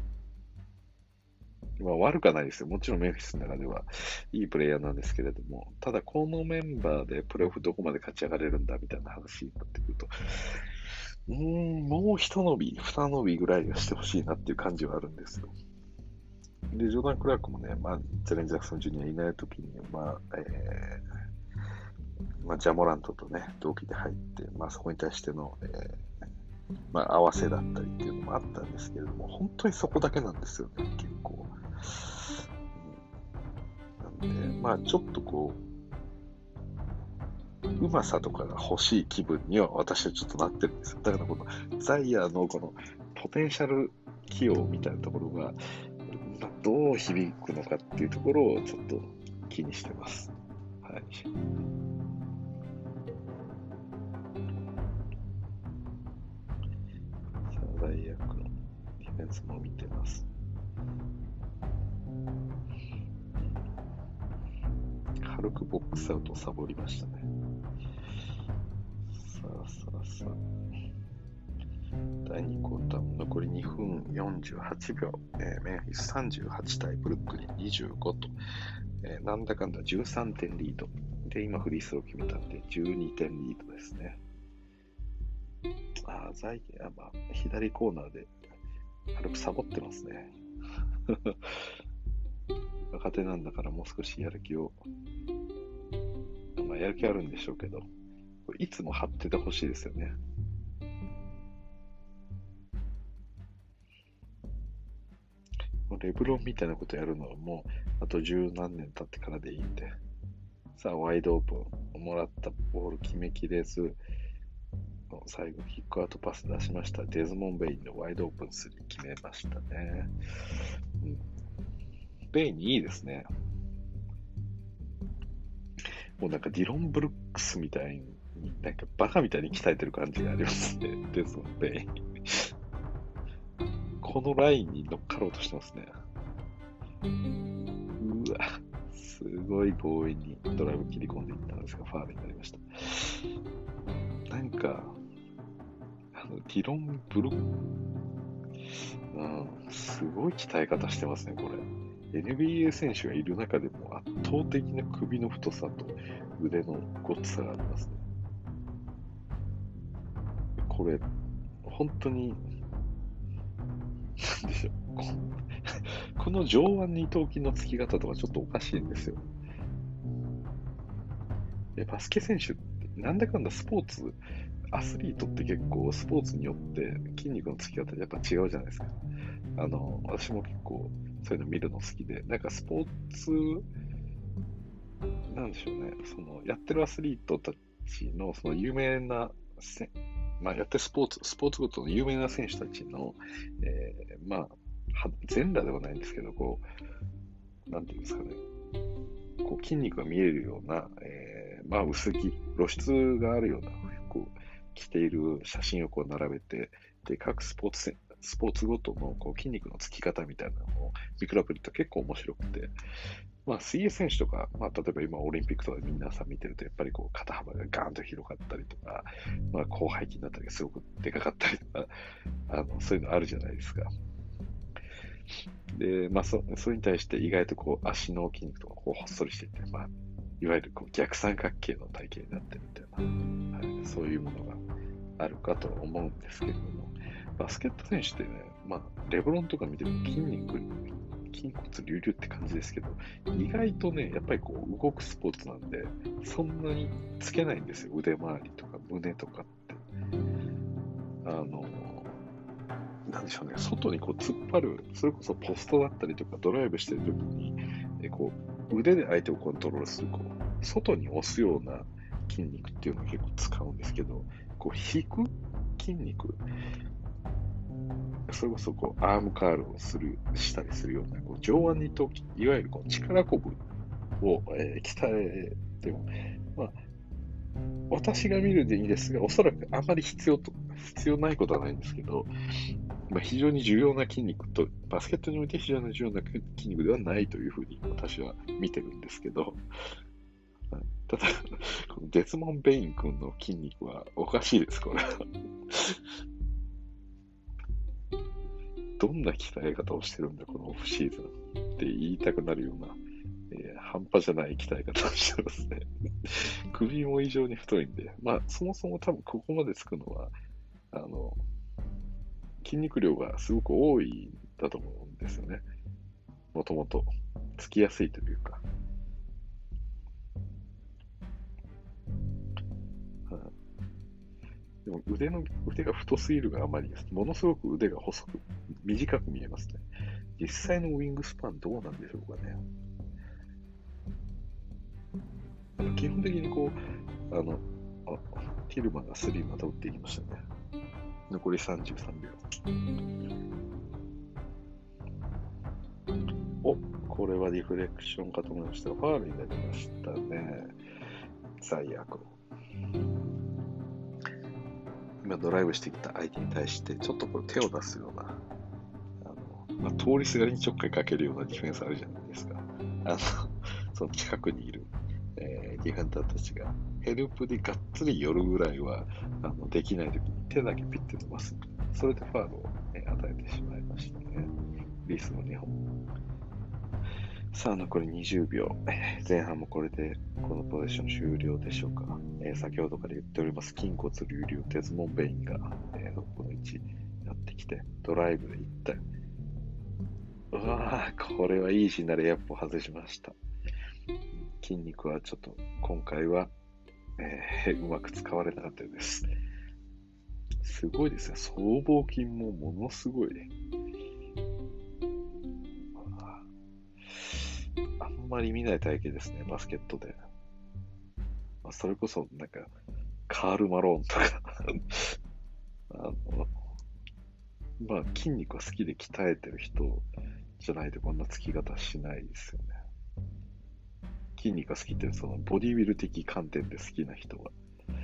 まあ、悪くはないですよ。もちろんメンフィスの中ではいいプレイヤーなんですけれども、ただこのメンバーでプレーオフどこまで勝ち上がれるんだみたいな話になってくると、うーん、もう一伸び、二伸びぐらいはしてほしいなっていう感じはあるんですよ。で、ジョーダン・クラークもね、まあ、ジャレン・ジャクソン・ジュニアいないときに、まあ、えーまあ、ジャモラントとね、同期で入って、まあ、そこに対しての、えーまあ、合わせだったりっていうのもあったんですけれども、本当にそこだけなんですよね、結構。うん、なんで、 まあちょっとこう、うまさとかが欲しい気分には私はちょっとなってるんですよ。だからこのザイヤーのこのポテンシャル起用みたいなところが、まあどう響くのかっていうところをちょっと気にしてます。はい。さあ、ザイヤーのディフェンスも見てます。軽くボックスアウトをサボりましたね。さあさあさあ。だいにクォーターも残りにふんよんじゅうはちびょう、えー、メンフィスさんじゅうはち対ブルックリンにじゅうごと、えー、なんだかんだじゅうさんてんリード。で、今フリースロー決めたんでじゅうにてんリードですね。ああ、ザイヤー、まあ、左コーナーで軽くサボってますね。若手なんだからもう少しやる気を、まあ、やる気あるんでしょうけど、いつも張っててほしいですよね。レブロンみたいなことやるのはもうあと十何年経ってからでいいんで。さあ、ワイドオープン。もらったボール決めきれず、最後キックアウトパス出しました。デズモン・ベインのワイドオープンスリー決めましたね。うん、ベインいいですね。もうなんかディロン・ブルックスみたいに、なんかバカみたいに鍛えてる感じがありますね。デズモン・ベイン。このラインに乗っかろうとしてますね。うわ、すごい強引にドライブ切り込んでいったんですが、ファウルになりました。なんか、あのディロン・ブルック、うん、すごい鍛え方してますね、これ。エヌビーエー 選手がいる中でも圧倒的な首の太さと腕のごつさがありますね。これ、本当に、なんでしょう。この上腕二頭筋のつき方とかちょっとおかしいんですよ。でバスケ選手ってなんだかんだスポーツ、アスリートって結構スポーツによって筋肉のつき方やっぱ違うじゃないですか。あの、私も結構そういうの見るの好きで、なんかスポーツ、なんでしょうね、そのやってるアスリートたちのその有名なせ、まあ、やってるスポーツ、スポーツごとの有名な選手たちの、えーまあ、は全裸ではないんですけど、こう、なんていうんですかね、こう筋肉が見えるような、えーまあ、薄着、露出があるような服を着ている写真をこう並べて、で各スポーツせスポーツごとのこう筋肉のつき方みたいなのを見比べると結構面白くて、まあ、水泳選手とか、まあ、例えば今オリンピックとかで皆さん見てると、やっぱりこう肩幅がガーンと広かったりとか、まあ、広背筋だったりがすごくでかかったりとか、あのそういうのあるじゃないですか。で、まあそ、それに対して意外とこう足の筋肉とかこうほっそりしていて、まあ、いわゆるこう逆三角形の体型になってるみたいな、はい、そういうものがあるかと思うんですけれども、バスケット選手ってね、まあ、レブロンとか見ても筋肉、筋骨隆々って感じですけど、意外とね、やっぱりこう動くスポーツなんで、そんなにつけないんですよ、腕周りとか胸とかって。あの、なんでしょうね、外にこう突っ張る、それこそポストだったりとかドライブしてるときに、えこう腕で相手をコントロールする、こう外に押すような筋肉っていうのを結構使うんですけど、こう引く筋肉、それこそこうアームカールをするしたりするような、こう上腕二頭筋、いわゆるこう力こぶを、えー鍛えても、まあ、私が見るでいいですが、おそらくあまり必要と必要ないことはないんですけど、まあ、非常に重要な筋肉と、バスケットにおいて非常に重要な筋肉ではないというふうに私は見てるんですけど、ただ、このデズモン・ベイン君の筋肉はおかしいです、これは。どんな鍛え方をしてるんだ、このオフシーズンって言いたくなるような、えー、半端じゃない鍛え方をしてますね。首も異常に太いんで、まあ、そもそも多分ここまでつくのは、あの、筋肉量がすごく多いんだと思うんですよね。もともと。つきやすいというか。はあ、でも腕の、腕が太すぎるがあまりです。ものすごく腕が細く、短く見えますね。実際のウィングスパンどうなんでしょうかね。 基本的にこう、あの、あティルマンがスリーまた打っていきましたね。残りさんじゅうさんびょう。お、これはリフレクションかと思いましたが、ファールになりましたね。最悪。今ドライブしてきた相手に対して、ちょっとこれ手を出すような、あのまあ、通りすがりにちょっかいかけるようなディフェンスあるじゃないですか。あのその近くにいる、えー、ディフェンダーたちがヘルプでがっつり寄るぐらいはあのできないときに手だけピッて飛ばす。それでファールを、ね、与えてしまいましたね。フリースローにほん。さあ、残りにじゅうびょう。前半もこれでこのポゼッション終了でしょうか。えー、先ほどから言っております筋骨隆々デズモン・ベインが、えー、ろっぷんのいちになってきてドライブでいった。うわー、これはいい位置になるエアポ外しました。筋肉はちょっと今回は、えー、うまく使われなかったようです。すごいですね。僧帽筋もものすごい。あんまり見ない体型ですね、バスケットで。まあ、それこそ、なんか、カール・マローンとかあの、まあ、筋肉が好きで鍛えてる人じゃないとこんなつき方しないですよね。筋肉が好きって、そのボディビル的観点で好きな人は。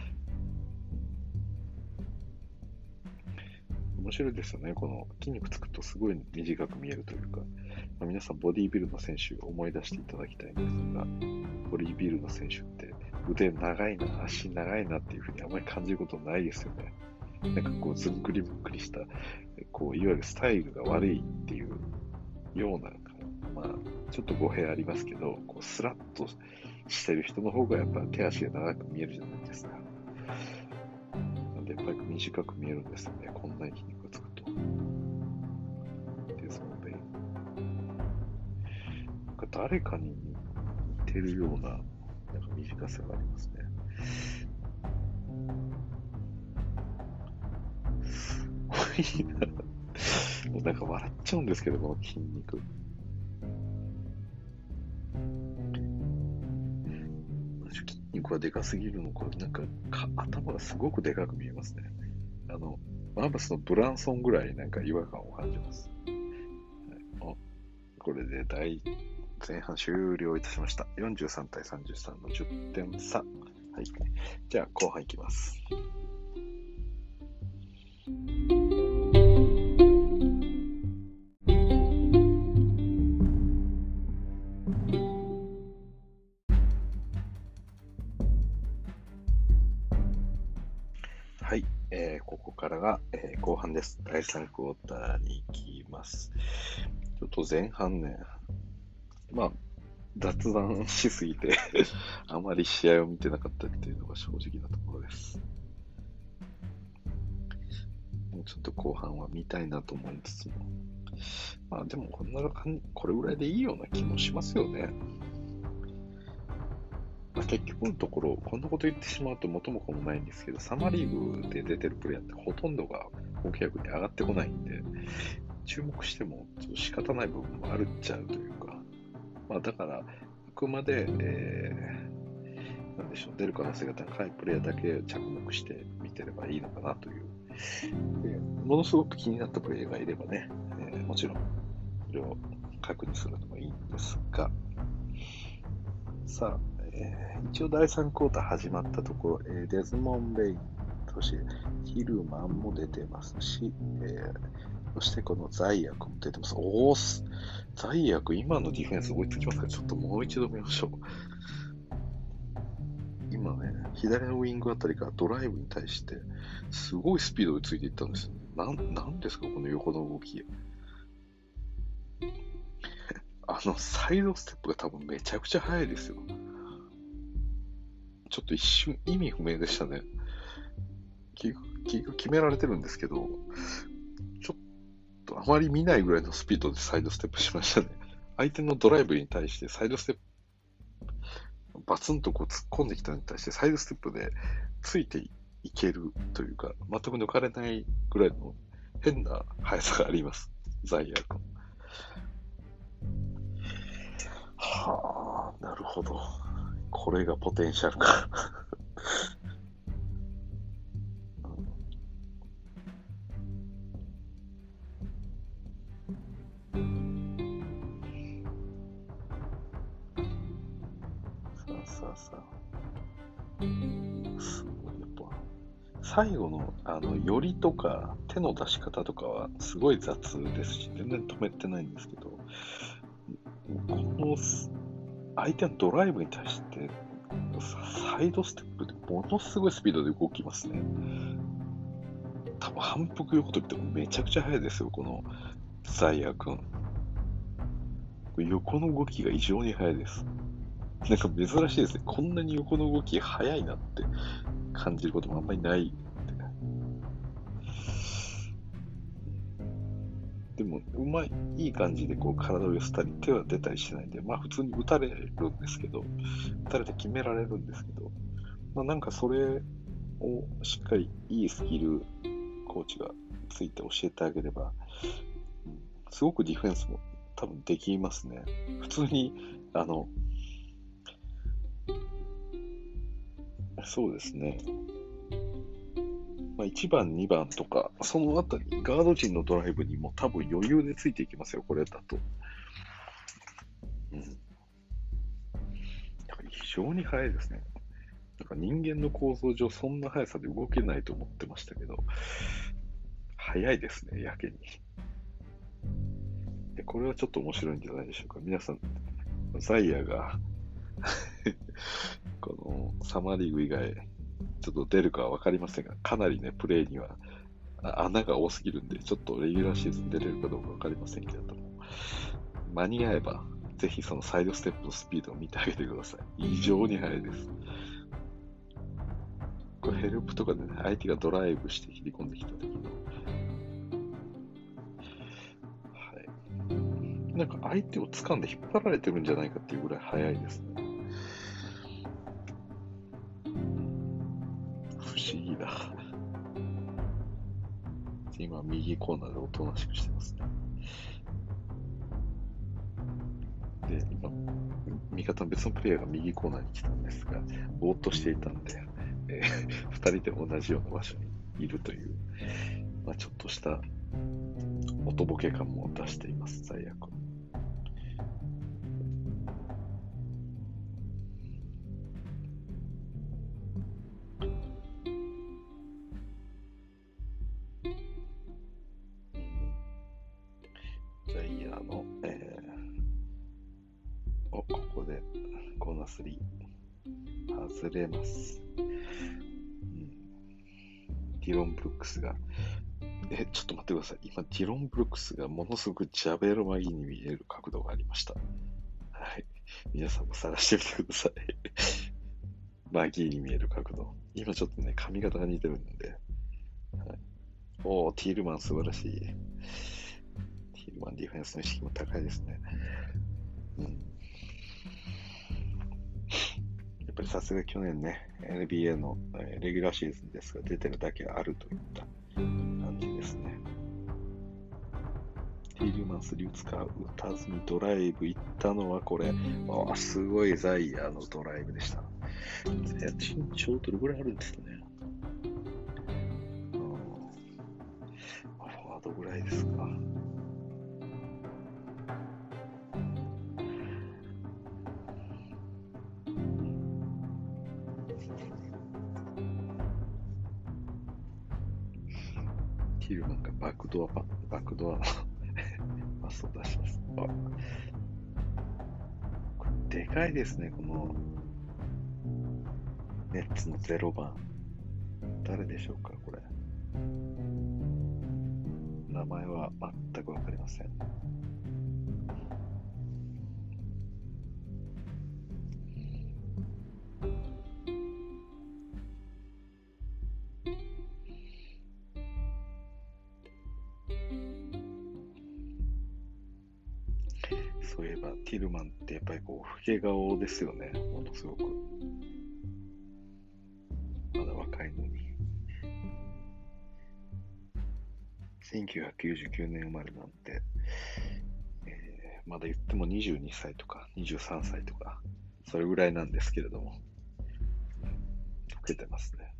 面白いですよね。この筋肉つくとすごい短く見えるというか、まあ、皆さんボディビルの選手を思い出していただきたいんですが、ボディビルの選手って腕長いな、足長いなっていうふうにあまり感じることないですよね。なんかこうずんぐりむっくりした、こういわゆるスタイルが悪いっていうような、まあちょっと語弊ありますけど、こうスラッとしてる人の方がやっぱ手足が長く見えるじゃないですか。なんでやっぱり短く見えるんですよね。こんなに筋肉がつくと。ですので、なんか誰かに似てるような、なんか短さがありますね。すごいな。もうなんか笑っちゃうんですけど、この筋肉。筋肉はでかすぎるのか、なんかか頭がすごくでかく見えますね。あの、マーバスのブランソンぐらいなんか違和感を感じます。はい、これで第前半終了いたしました。よんじゅうさんたいさんじゅうさんのじゅってん差。はい。じゃあ後半いきます。はい、えー、ここからが、えー、後半です。だいさんクォーターに行きます。ちょっと前半ね、まあ、雑談しすぎてあまり試合を見てなかったっていうのが正直なところです。もうちょっと後半は見たいなと思いつつも、まあでもこんな感じ、これぐらいでいいような気もしますよね。まあ、結局のところ、こんなこと言ってしまうと元も子もないんですけど、サマーリーグで出てるプレイヤーってほとんどが後期役に上がってこないんで、注目してもちょっと仕方ない部分もあるっちゃうというか、まあだから、あくまで、えー、なんでしょう、出る可能性が高いプレイヤーだけ着目して見てればいいのかなという。でものすごく気になったプレイヤーがいればね、えー、もちろん、それを確認するのもいいんですが、さあ、えー、一応だいさんクォーター始まったところ、えー、デズモン・ベイン、そしてヒルマンも出てますし、えー、そしてこのザイアクも出てます。おー、ザイアク、今のディフェンス追いつきますか？ちょっともう一度見ましょう。今ね、左のウィングあたりからドライブに対して、すごいスピードでついていったんですよ。なん、なんですか、この横の動き。あのサイドステップが多分めちゃくちゃ速いですよ。ちょっと一瞬意味不明でしたね。結局決められてるんですけど、ちょっとあまり見ないぐらいのスピードでサイドステップしましたね。相手のドライブに対してサイドステップ、バツンとこう突っ込んできたのに対してサイドステップでついていけるというか、全く抜かれないぐらいの変な速さがあります。ザイア君。はあ、なるほど。 これがポテンシャルか。さあさあさあ。すごい、やっぱ、最後の、あの、寄りとか、手の出し方とかはすごい雑ですし、全然止めてないんですけど、この相手のドライブに対して、サイドステップでものすごいスピードで動きますね。多分反復横跳びってめちゃくちゃ速いですよ、このザイヤー君。横の動きが異常に速いです。なんか珍しいですね。こんなに横の動き速いなって感じることもあんまりない。でも、うまい、いい感じでこう体を寄せたり、手は出たりしないんで、まあ普通に打たれるんですけど、打たれて決められるんですけど、まあ、なんかそれをしっかりいいスキルコーチがついて教えてあげれば、うん、すごくディフェンスも多分できますね。普通に、あの、そうですね。まあ、いちばん、にばんとか、そのあたり、ガード陣のドライブにも多分余裕でついていきますよ、これだと。うん。非常に速いですね。なんか人間の構造上、そんな速さで動けないと思ってましたけど、速いですね、やけに。でこれはちょっと面白いんじゃないでしょうか。皆さん、ザイヤーがこのサマーリーグ以外、ちょっと出るかは分かりませんが、かなりね、プレーには穴が多すぎるんで、ちょっとレギュラーシーズン出れるかどうか分かりませんけれども、間に合えば、ぜひそのサイドステップのスピードを見てあげてください。異常に速いです。これヘルプとかでね、相手がドライブして切り込んできた時の、はい。なんか相手を掴んで引っ張られてるんじゃないかっていうぐらい速いですね。不思議だ。今、右コーナーでおとなしくしてますね。で、今、味方の別のプレイヤーが右コーナーに来たんですが、ぼーっとしていたんで、えー、ふたりで同じような場所にいるという、まあ、ちょっとしたおとぼけ感も出しています、最悪。ジャイアーの、えー、お、ここでコーナースリー外れます。うん、ディロン・ブルックスが、え、ちょっと待ってください。今、ディロン・ブルックスがものすごくジャベロマギに見える角度がありました。はい。皆さんも探してみてください。マギーに見える角度。今ちょっとね、髪型が似てるんで。はい、おー、ティールマン素晴らしい。ティールマンディフェンスの意識も高いですね。うん。やっぱりさすが去年ね、エヌビーエー の、えーレギュラーシーズンですが、出てるだけあるといった感じですね。ティールマンスリー使う、打たずにドライブ行ったのはこれ、あすごいザイヤーのドライブでした。身長どれぐらいあるんですかね。フォワードぐらいですか。ティールマンがバックドアパ、バックドアのパスを出します。あ、これでかいですね、このネッツのゼロばん。誰でしょうか、これ。名前は全くわかりません。そういえば、ティルマンってやっぱりこう、老け顔ですよね、ものすごく。まだ若いのに。せんきゅうひゃくきゅうじゅうきゅうねん生まれなんて、えー、まだ言ってもにじゅうにさいとかにじゅうさんさいとか、 それぐらいなんですけれども、老けてますね。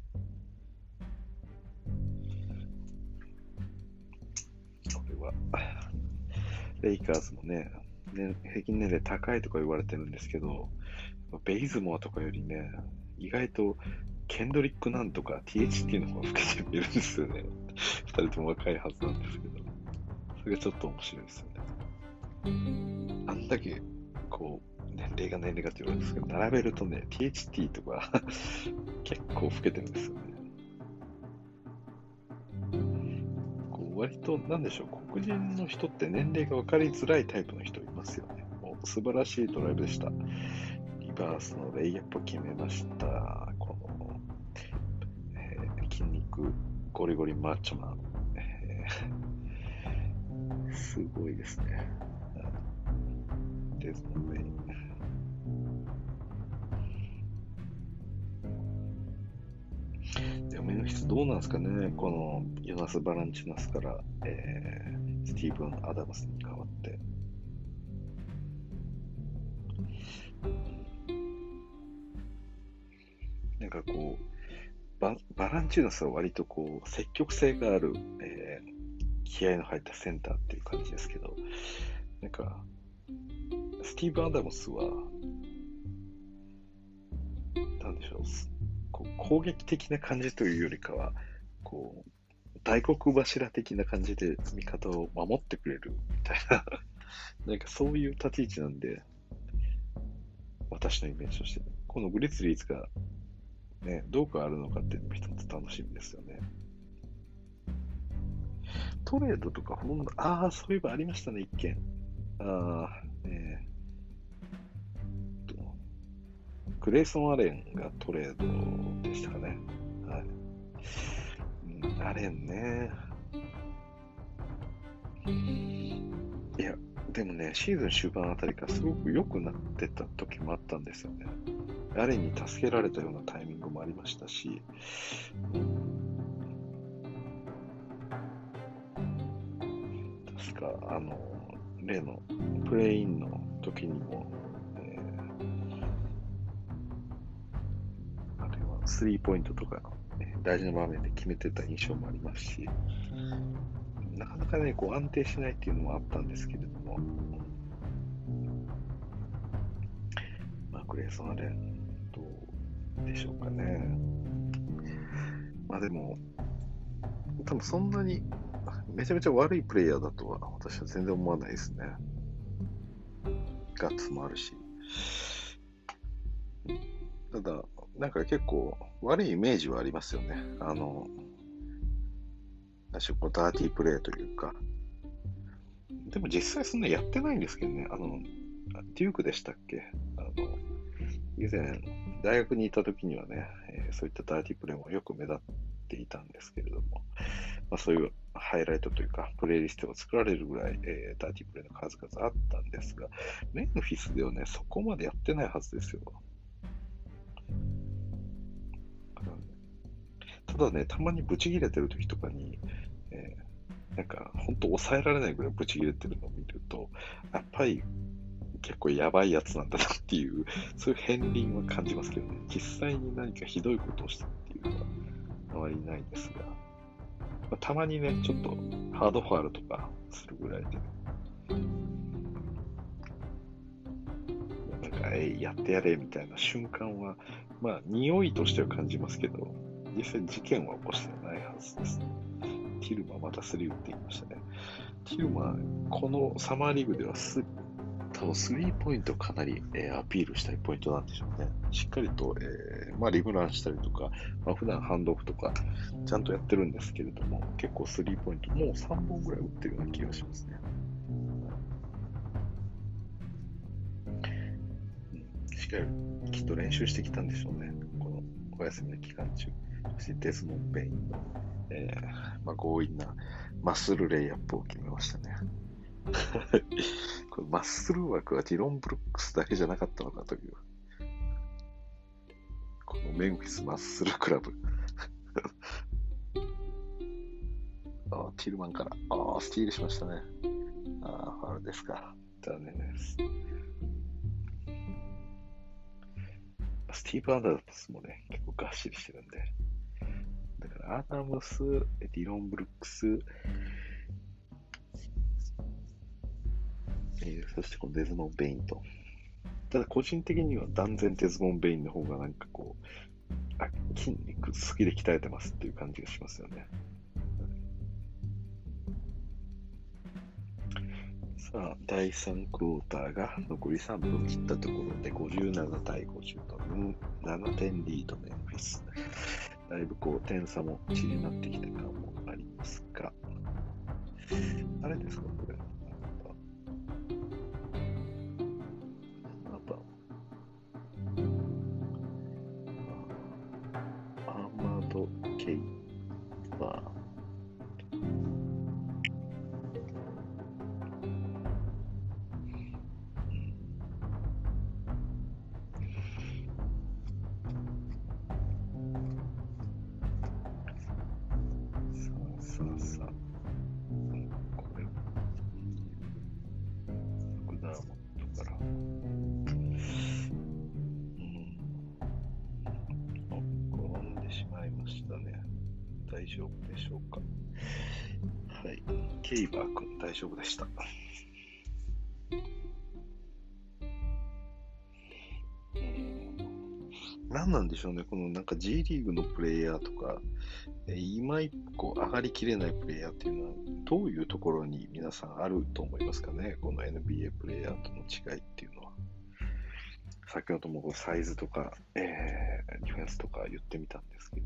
これは、レイカーズもね、ね平均年齢高いとか言われてるんですけど、ベイズモアとかよりね、意外とケンドリックなんとか ティーエイチティー の方が老けて見えるんですよね。ふたりとも若いはずなんですけど、それがちょっと面白いですよね。あんだけ、こう、年齢が年齢がって言われるんですけど、並べるとね、ティーエイチティー とか結構老けてるんですよね。こう割と、なんでしょう、黒人の人って年齢が分かりづらいタイプの人いますよね。もう素晴らしいドライブでした。リバースのレイアップを決めました。この、えー筋肉ゴリゴリマッチョマン。えーすごいですね。デズモンベイン。でもメンフィスどうなんですかね、このヨナス・バランチュナスから、えースティーブン・アダムスに変わって。なんかこう、ババランチュナスは割とこう積極性がある、えー気合の入ったセンターっていう感じですけど、なんか、スティーブン・アダムスは、なんでしょう、こう攻撃的な感じというよりかは、こう、大黒柱的な感じで味方を守ってくれるみたいな、なんかそういう立ち位置なんで、私のイメージとして、ね、このグリズリーズが、ね、どう変わるのかっていうのも一つ楽しみですよね。トレードとかほん、ああ、そういえばありましたね、一件。ああ、ねえっと、グレイソン・アレンがトレードでしたかね。はい。うん、アレンね。いや、でもね、シーズン終盤あたりからすごく良くなってた時もあったんですよね。アレンに助けられたようなタイミングもありましたし、確か、あの、例のプレイインの時にも、えーあれはスリーポイントとか、ね、大事な場面で決めてた印象もありますし、なかなかね、こう安定しないっていうのもあったんですけれども、まあ、グレーソン・アレン、どうでしょうかね。まあでも、多分そんなにめちゃめちゃ悪いプレイヤーだとは私は全然思わないですね。ガッツもあるし。ただ、なんか結構悪いイメージはありますよね。あの、こうダーティープレイというか。でも実際そんなやってないんですけどね。あの、デュークでしたっけあの、以前、大学にいた時にはね、えーそういったダーティープレイもよく目立っていたんですけれども、まあ、そういうハイライトというか、プレイリストが作られるぐらい、えーダーティープレイの数々あったんですが、メンフィスではね、そこまでやってないはずですよ。ただね、たまにブチ切れてる時とかに、えーなんか、本当抑えられないぐらいブチ切れてるのを見ると、やっぱり結構やばいやつなんだなっていう、そういう片鱗は感じますけどね。実際に何かひどいことをしたっていうのはあまりないですが、まあ、たまにね、ちょっとハードファールとかするぐらいで、なんか、えい、やってやれみたいな瞬間は、まあ、匂いとしては感じますけど、実際事件は起こしてないはずですね。ティルマまたスリー打っていきましたね。ティルマ、このサマーリーグではす多分スリーポイントかなり、えーアピールしたいポイントなんでしょうね。しっかりと、えーまあ、リブランしたりとか、まあ、普段ハンドオフとかちゃんとやってるんですけれども、結構スリーポイントもうさんぼんぐらい打ってるような気がしますね。うん、しっかりきっと練習してきたんでしょうね。このお休みの期間中。そしてデスモン・ベインの、えーまあ、強引なマッスルレイアップを決めましたね。これマッスル枠はディロン・ブルックスだけじゃなかったのかという、このメンフィスマッスルクラブ。あティルマンから、あスティールしましたね。あファウルですか。残念です。 スティーブ・アダムスもね、結構がっしりしてるんで。だから、アダムス、ディロン・ブルックス、えーそしてこのデズモン・ベインと。ただ、個人的には断然デズモン・ベインの方がなんかこう、あ、筋肉好きで鍛えてますっていう感じがしますよね。さあ、だいさんクォーターが残りさんぷん切ったところでごじゅうななたいごじゅうとななてんリードメンフィス。だいぶこう点差も縮まってきた感もありますが、あれですか、これ。ななばん。アーマード・ケイバー。さあさあさあ、これ、グダーモットから、うん、転んでしまいましたね。大丈夫でしょうか。はい、ケイバー君大丈夫でした。何なんでしょうね、このなんか G リーグのプレイヤーとか、え今一個上がりきれないプレイヤーっていうのは、どういうところに皆さんあると思いますかね、この エヌビーエー プレイヤーとの違いっていうのは。先ほどもこうサイズとか、えー、ディフェンスとか言ってみたんですけど。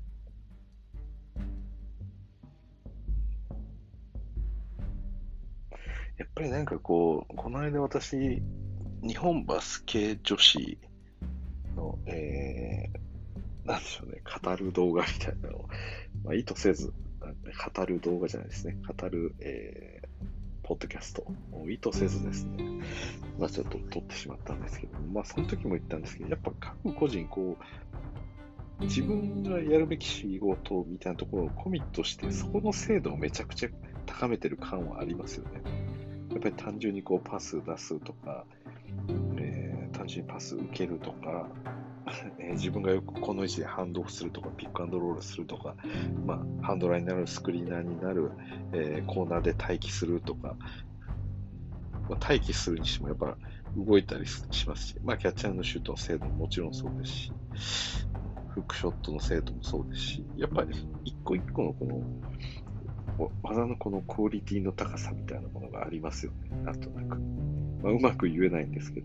やっぱりなんかこう、この間私、日本バスケ女子の、えー、なんでしょうね、語る動画みたいなのを、まあ、意図せず、語る動画じゃないですね、語る、えー、ポッドキャストを意図せずですね、まあちょっと撮ってしまったんですけど、まあその時も言ったんですけど、やっぱ各個人こう、自分がやるべき仕事みたいなところをコミットして、そこの精度をめちゃくちゃ高めてる感はありますよね。やっぱり単純にこうパス出すとか、えー単純にパス受けるとか、えー自分がよくこの位置でハンドオフするとか、ピックアンドロールするとか、まあ、ハンドラーになる、スクリーナーになる、えーコーナーで待機するとか、まあ、待機するにしてもやっぱ動いたりしますし、まあ、キャッチャーのシュートの精度ももちろんそうですし、フックショットの精度もそうですし、やっぱり一個一個のこの技のこのクオリティの高さみたいなものがありますよね、なんとなく。まあ、うまく言えないんですけど、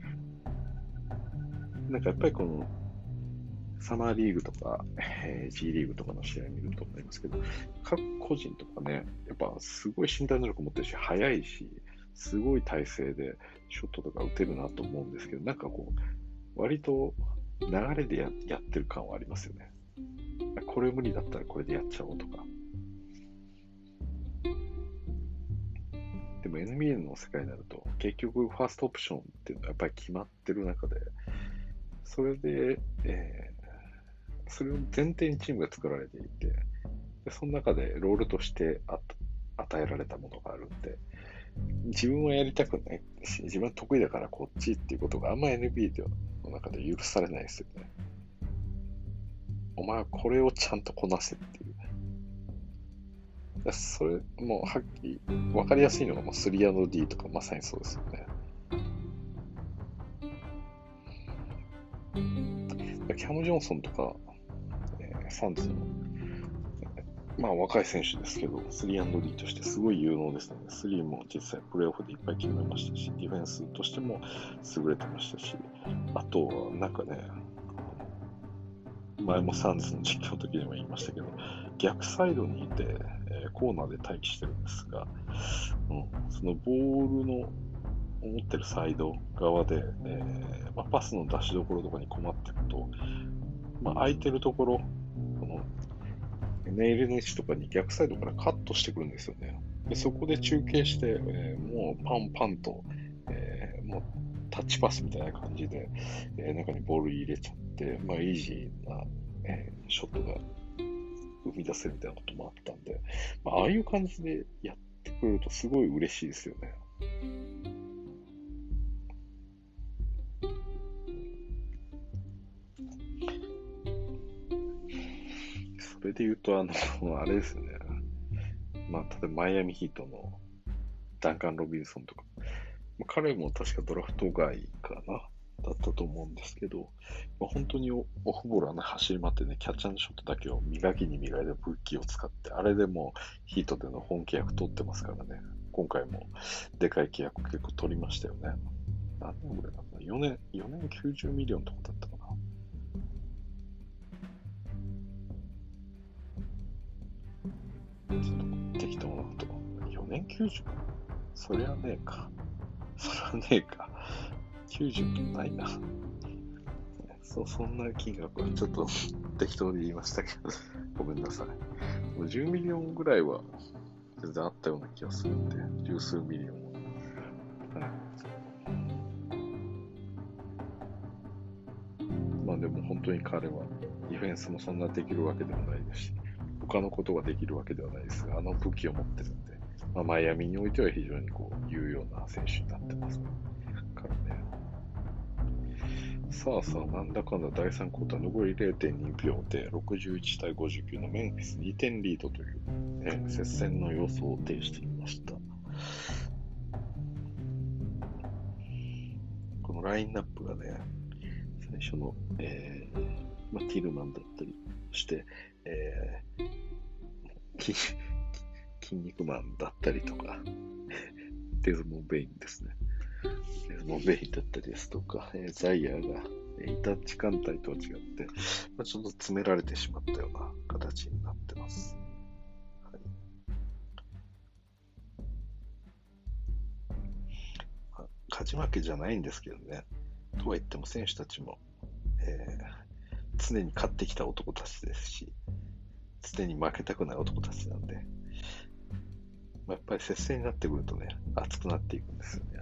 なんかやっぱりこのサマーリーグとか、えー G リーグとかの試合見ると思いますけど、各個人とかね、やっぱすごい身体能力持ってるし、速いし、すごい体勢でショットとか打てるなと思うんですけど、なんかこう、割と流れで や, やってる感はありますよね。これ無理だったらこれでやっちゃおうとか。でも エヌビーエー の世界になると、結局ファーストオプションっていうのはやっぱり決まってる中で、それで、えーそれを前提にチームが作られていて、でその中でロールとしてあ与えられたものがあるんで、自分はやりたくないし、自分は得意だからこっちっていうことがあんま エヌビーエー の中で許されないですよね。お前はこれをちゃんとこなせっていう。だそれ、もうはっきり分かりやすいのがもう スリーアンドディー とかまさにそうですよね。キャム・ジョンソンとか、えーサンズの、まあ若い選手ですけど、スリーアンドディー としてすごい有能ですので、スリーも実際プレーオフでいっぱい決めましたし、ディフェンスとしても優れてましたし、あとはなんかね、前もサンズの実況の時にも言いましたけど、逆サイドにいて、えーコーナーで待機してるんですが、うん、そのボールの持ってるサイド側で、えーまあ、パスの出しどころとかに困ってると、まあ、空いてるところ、このネイルの位置とかに逆サイドからカットしてくるんですよね。でそこで中継して、えーもうパンパンと、えーもうタッチパスみたいな感じで、えー中にボール入れちゃって、まあ、イージーな、えーショットが生み出せるみたいなこともあったんで、まあ、ああいう感じでやってくれるとすごい嬉しいですよね。 それで言うと、あの、あれですよね。まあ、例えばマイアミヒートのダンカン・ロビンソンとか、まあ彼も確かドラフト外かな、だったと思うんですけど、まあ、本当にオオフボールはね、走り回ってね、キャッチャーショットだけを磨きに磨いて武器を使って、あれでもうヒートでの本契約取ってますからね。今回もでかい契約結構取りましたよね。何年ぐらいだったかな ?よ 年、よねんきゅうじゅうミリオンとかだったかな。ちょっと適当なこと。よねんきゅうじゅう? そりゃねえか。そりゃねえか。きゅうじゅうもないな。そう、そんな金額はちょっと適当に言いましたけど、ごめんなさい。じゅうミリオンぐらいは全然あったような気がするんで、十数ミリオンは。はい、まあでも本当に彼はディフェンスもそんなできるわけでもないですし、他のことができるわけではないですが、あの武器を持ってるんで、まあ、マイアミにおいては非常にこう有用な選手になってますからね。さあさあ、なんだかんだだいさんクォーター残り れいてんにびょうでろくじゅういちたいごじゅうきゅうのメンフィスにてんリードという、ね、接戦の様子を呈してみました。このラインナップがね、最初の、えーまあ、ティルマンだったりして、えー、筋筋肉マンだったりとか、デズモン・ベインですね。デズモン・ベインだったりですとか、えー、ザイヤーが、えー、イタッチ艦隊とは違って、まあ、ちょっと詰められてしまったような形になってます。はい、まあ、勝ち負けじゃないんですけどね。とは言っても選手たちも、えー、常に勝ってきた男たちですし、常に負けたくない男たちなんで、まあ、やっぱり接戦になってくるとね、熱くなっていくんですよね。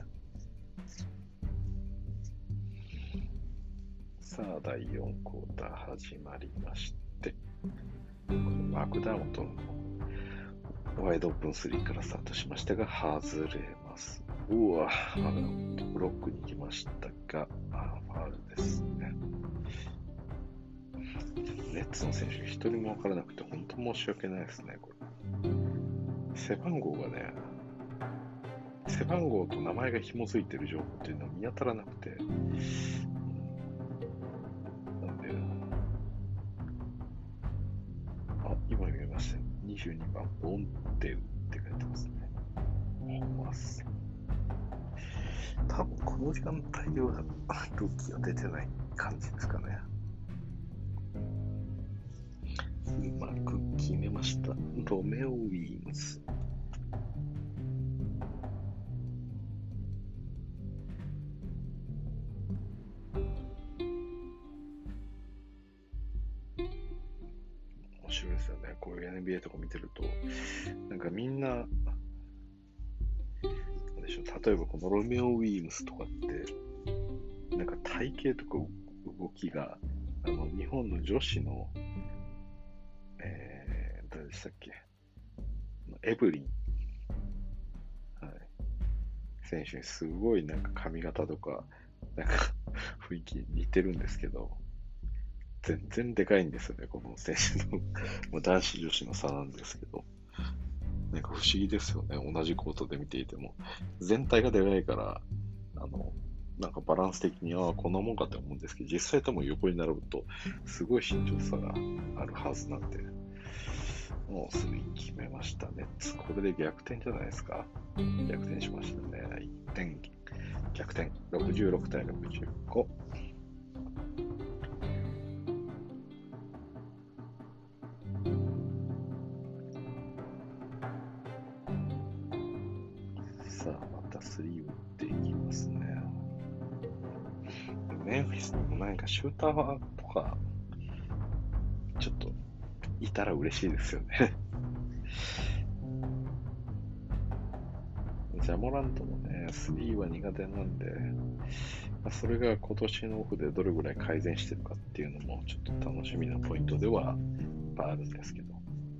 さあ、だいよんクォーター始まりまして、このマクダーモントのワイドオープンスリーからスタートしましたが、外れます。うわ、ブロックに行きましたが、あファウルですね。ネッツの選手一人も分からなくて、本当申し訳ないですね、これ。背番号がね、背番号と名前が紐づいてる情報っていうのは見当たらなくて、なんで、あ、今見えました。にじゅうにばん、ボンテウって書いてますね。ホマス。多分この時間帯はルーキーは出てない感じですかね。うまく決めました。ロメオ・ウィーンズ。面白いですよね。こういう エヌビーエー とか見てると、なんかみんな、なんでしょう、例えばこのロメオ・ウィーンズとかって、なんか体型とか動きが、あの日本の女子の、えー、誰でしたっけ、エブリン、はい、選手にすごいなんか髪型とか、なんか雰囲気似てるんですけど、全然でかいんですよね、この選手のまあ男子女子の差なんですけど、なんか不思議ですよね、同じコートで見ていても。全体がでかいから、あの、なんかバランス的に、ああ、こんなもんかって思うんですけど、実際とも横に並ぶと、すごい身長差があるはずなんで、もうすぐに決めましたね。これで逆転じゃないですか。逆転しましたね。いってん逆転。ろくじゅうろくたいろくじゅうご。さあ、またスリー打っていきますね。メンフィスにもなんかシューターとか、ちょっといたら嬉しいですよね。ジャモラントもね、スリーは苦手なんで、まあ、それが今年のオフでどれぐらい改善してるかっていうのもちょっと楽しみなポイントではあるんですけど。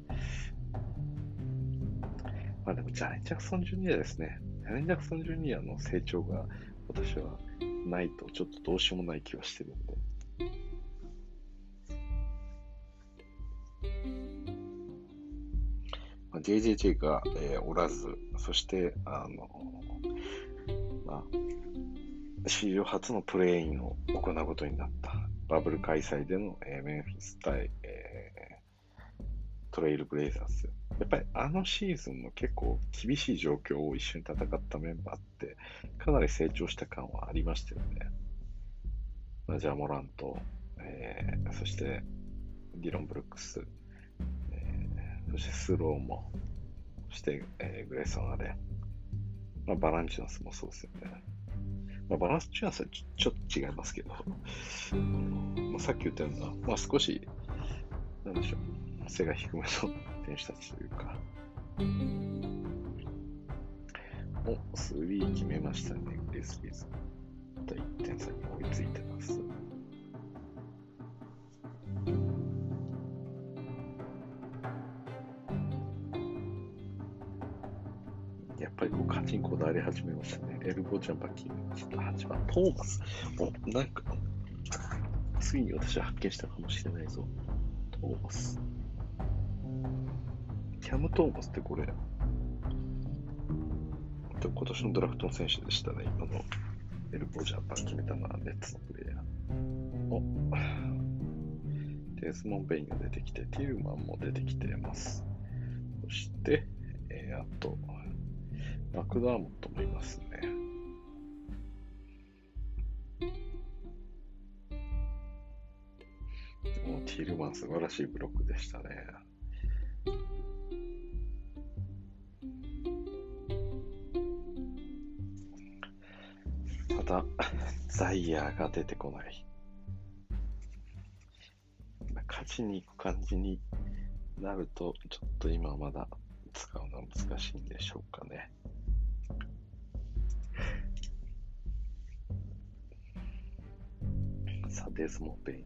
まあでもジャレン・ジャクソン・ジュニアですね。ジャレン・ジャクソン・ジュニアの成長が私はないとちょっとどうしようもない気はしてるんで。 ジェイジェージェー が、えーおらず、そして、あの、まあ、史上初のプレーインを行うことになったバブル開催での、えーメンフィス対、えートレイルブレイザーズ。やっぱりあのシーズンの結構厳しい状況を一緒に戦ったメンバーってかなり成長した感はありましたよね。まあジャモラント、えーそしてディロン・ブルックス、えーそしてスローも、そして、えーグレイソン・アレン、まあ、バランチュナスもそうですよね。まあ、バランチュナスはちょちょっと違いますけど、まあ、さっき言ったような、まあ、少し、なんでしょう、背が低めの選手たちというか、お、スリー決めましたね、グレスリーズ。またいってん差に追いついてます。やっぱりこう勝ちにこだわり始めましたね。エルボージャンパー決めました。はちばん、トーマス。お、なんか、ついに私は発見したかもしれないぞ。トーマス。キャム・トーマスってこれ、今年のドラフトの選手でしたね。今のエルボージャンパー決めたのはネッツのプレイヤー。お、デスモン・ベインが出てきて、ティルマンも出てきています。そして、えー、あと、マクダーモットもいますね。もうティルマン素晴らしいブロックでしたね。ただ、ザイヤーが出てこない。勝ちに行く感じになると、ちょっと今まだ使うのは難しいんでしょうかね。さあ、デスモン・ベイン。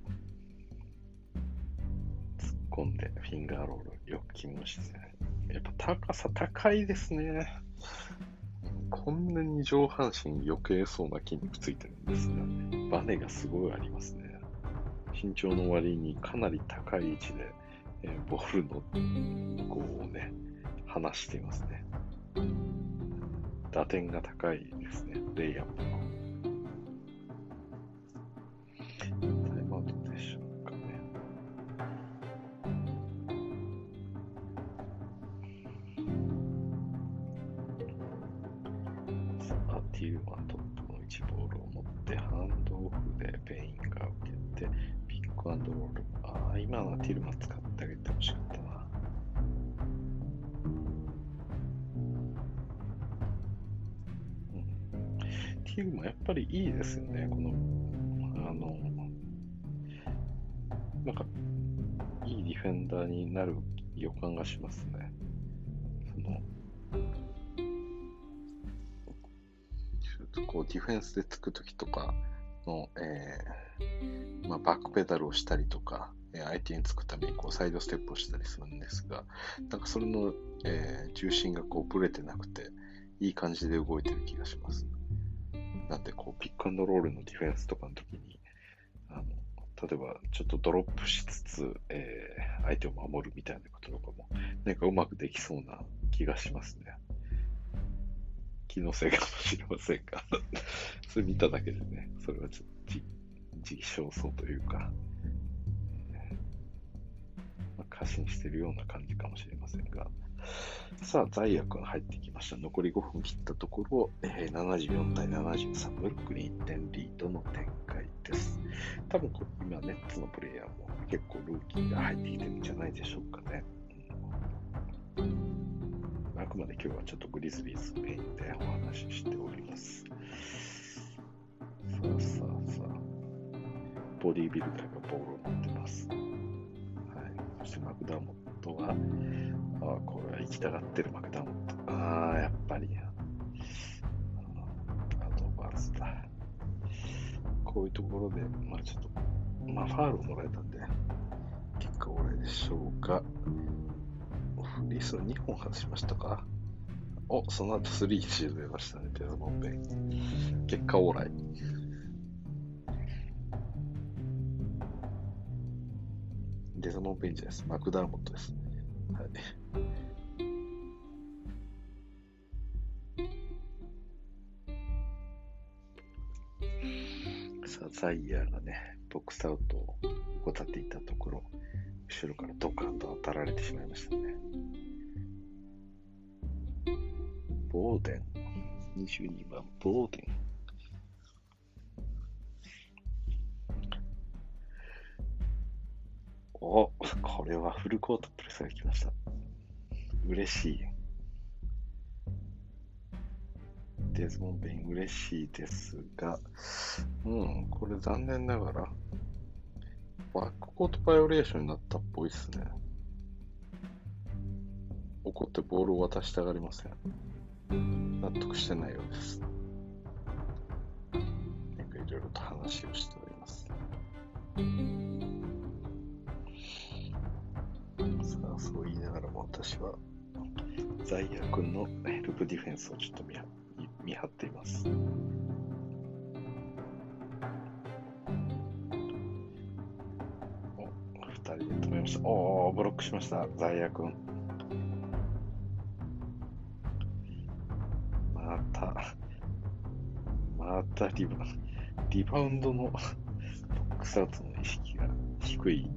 突っ込んで、フィンガーロール、よく決めましたね。やっぱ高さ高いですね。こんなに上半身余計そうな筋肉ついてるんですが、バネがすごいありますね。身長の割にかなり高い位置で、えーボールのこうね、離していますね。打点が高いですね、レイアップの。タイムアウトでしょうかね。さあ、ティルマントップの位置ボールを持って、ハンドオフでベインが受けて、ピックアンドロール。ああ、今のはティルマン使ってあげてほしかったな。ティルマンやっぱりいいですよね。この、あの、なんか、いいディフェンダーになる予感がしますね。その、ちょっとこうディフェンスでつくときとかの、えーまあ、バックペダルをしたりとか、えー相手につくためにこうサイドステップをしたりするんですが、なんかそれの、えー重心がこうブレてなくて、いい感じで動いてる気がします。なんでこうピックアンドロールのディフェンスとかの時に、あの例えばちょっとドロップしつつ、えー相手を守るみたいなこととかも、なんかうまくできそうな気がしますね。気のせいかもしれませんが、それ見ただけでね、それはちょっとじ自称そうというか、えーまあ、過信しているような感じかもしれませんが、さあ、ザイアクが入ってきました。残りごふん切ったところ、えーななじゅうよんたいななじゅうさん、ブルックリンいってんリードの展開です。多分こ今、ネッツのプレイヤーも結構ルーキーが入ってきてるんじゃないでしょうかね。うん、あくまで今日はちょっとグリズリーズメインでお話ししております。さあさあさあ、ボディービルダーがボールを持ってます。はい、そしてマクダーモットは、ああ、これは行きたがってるマクダーモット。ああ、やっぱり、アドバンスだ。こういうところで、まあちょっと、まあファールをもらえたんで、結果オーライでしょうか。フリースローにほん外しましたか。お、その後スリー沈めましたね、デズモンベイン。結果オーライ。デズモンベインじゃないです。マクダーモットです。はい。 ザイヤーがね、ボックスアウトを怠っていたところ、後ろからドカンと当たられてしまいましたね。ボーデン、にじゅうにばん、ボーデン。お、これはフルコートプレスが来ました。嬉しい。デズモン・ベイン嬉しいですが、うん、これ残念ながら、バックコートバイオレーションになったっぽいですね。怒ってボールを渡したがりません。納得してないようです。なんかいろいろと話をしております。さあ、そう言いながらも私は、ザイヤー君のヘルプディフェンスをちょっと見張見張っています。お、ふたりで止めました。おー、ブロックしました、ザイヤー君。また、またリバリバウンドのボックスアウトの意識が低い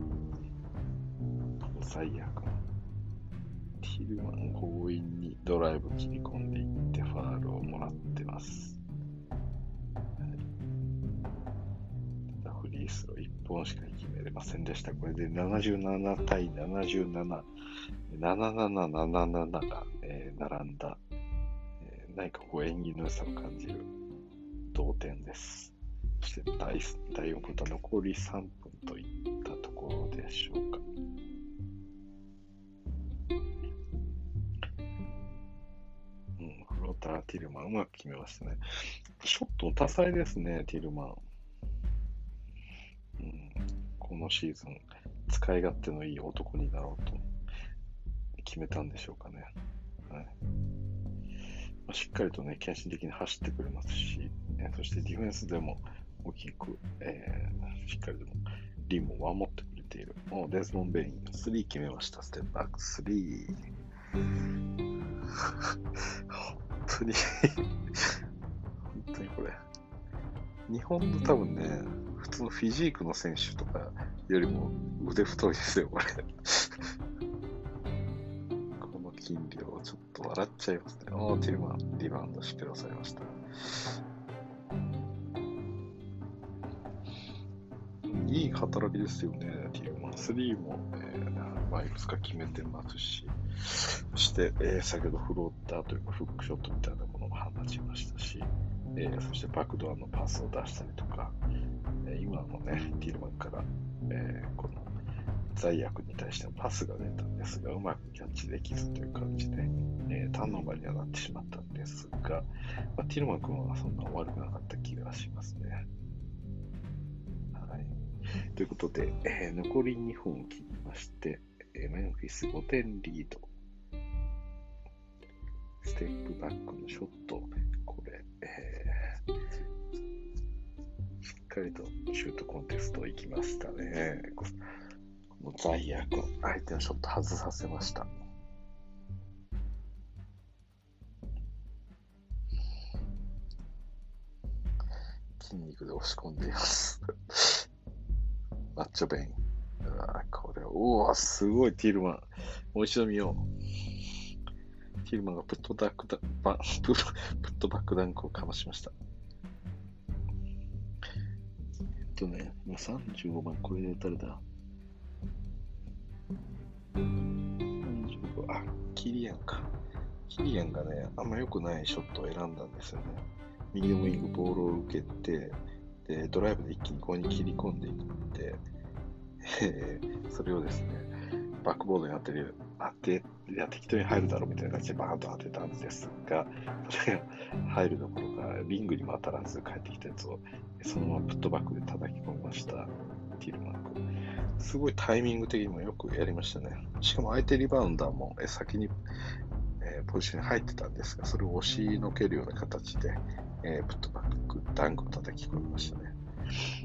ザイヤー君。ティルマン強引にドライブ切り込んでいってファールをもらってます。はい、ただフリースローいっぽんしか決めれませんでした。これでななじゅうななたいななじゅうなな、ななななななななが、えー、並んだ、えー、何かこう縁起の良さを感じる同点です。そして第、第よんクォーター残りさんぷんといったところでしょうか。うん、フローター、ティルマン、うまく決めましたね。ショット多彩ですね、ティルマン。うん、このシーズン、使い勝手のいい男になろうと決めたんでしょうかね。はい、まあ、しっかりとね、献身的に走ってくれますし、えー、そしてディフェンスでも大きく、えー、しっかりとリムを守ってくれている。もうデズモン・ベイン、スリー決めました。ステップバックスリー。本当に本当にこれ、日本の多分ね、普通のフィジークの選手とかよりも腕太いですよ、これ。この筋量、ちょっと笑っちゃいますね。おー、ティルマン、リバウンドしっかり抑えました。いい働きですよね、ティルマン。スリーも、えーまあ、いくつか決めてますし、そして、えー、先ほどフローターというかフックショットみたいなものを放ちましたし、えー、そしてバックドアのパスを出したりとか、えー、今のね、ティルマンから、えー、このザイヤー君に対してのパスが出たんですが、うまくキャッチできずという感じで、えー、ターンオーバーにはなってしまったんですが、まあ、ティルマン君はそんな悪くなかった気がしますね。はい。ということで、えー、残りにふん切りまして、えー、メンフィスごてんリード。ステップバックのショット、これ、えー、しっかりとシュートコンテスト行きましたね。このザイヤー君、相手のショット外させました。筋肉で押し込んでいます。マッチョベイン。うわこれ、おお、すごいティルマン。もう一度見よう。ティルマンがプットバックダバプットバックダンクをかましました。えっとね、今さんじゅうごばん、これで誰だ ?さんじゅうご、あ、キリアンか。キリアンがね、あんま良くないショットを選んだんですよね。右のウィングボールを受けて、でドライブで一気にここに切り込んでいって、えー、それをですね、バックボードに当てる、当て、いや、適当に入るだろうみたいな感じでバーンと当てたんですが、それが入るどころか、リングにも当たらず帰ってきたやつを、そのままプットバックで叩き込みました、ティルマン君。すごいタイミング的にもよくやりましたね。しかも相手リバウンダーも先に、えー、ポジションに入ってたんですが、それを押しのけるような形で、えー、プットバック、ダンクを叩き込みましたね。うん、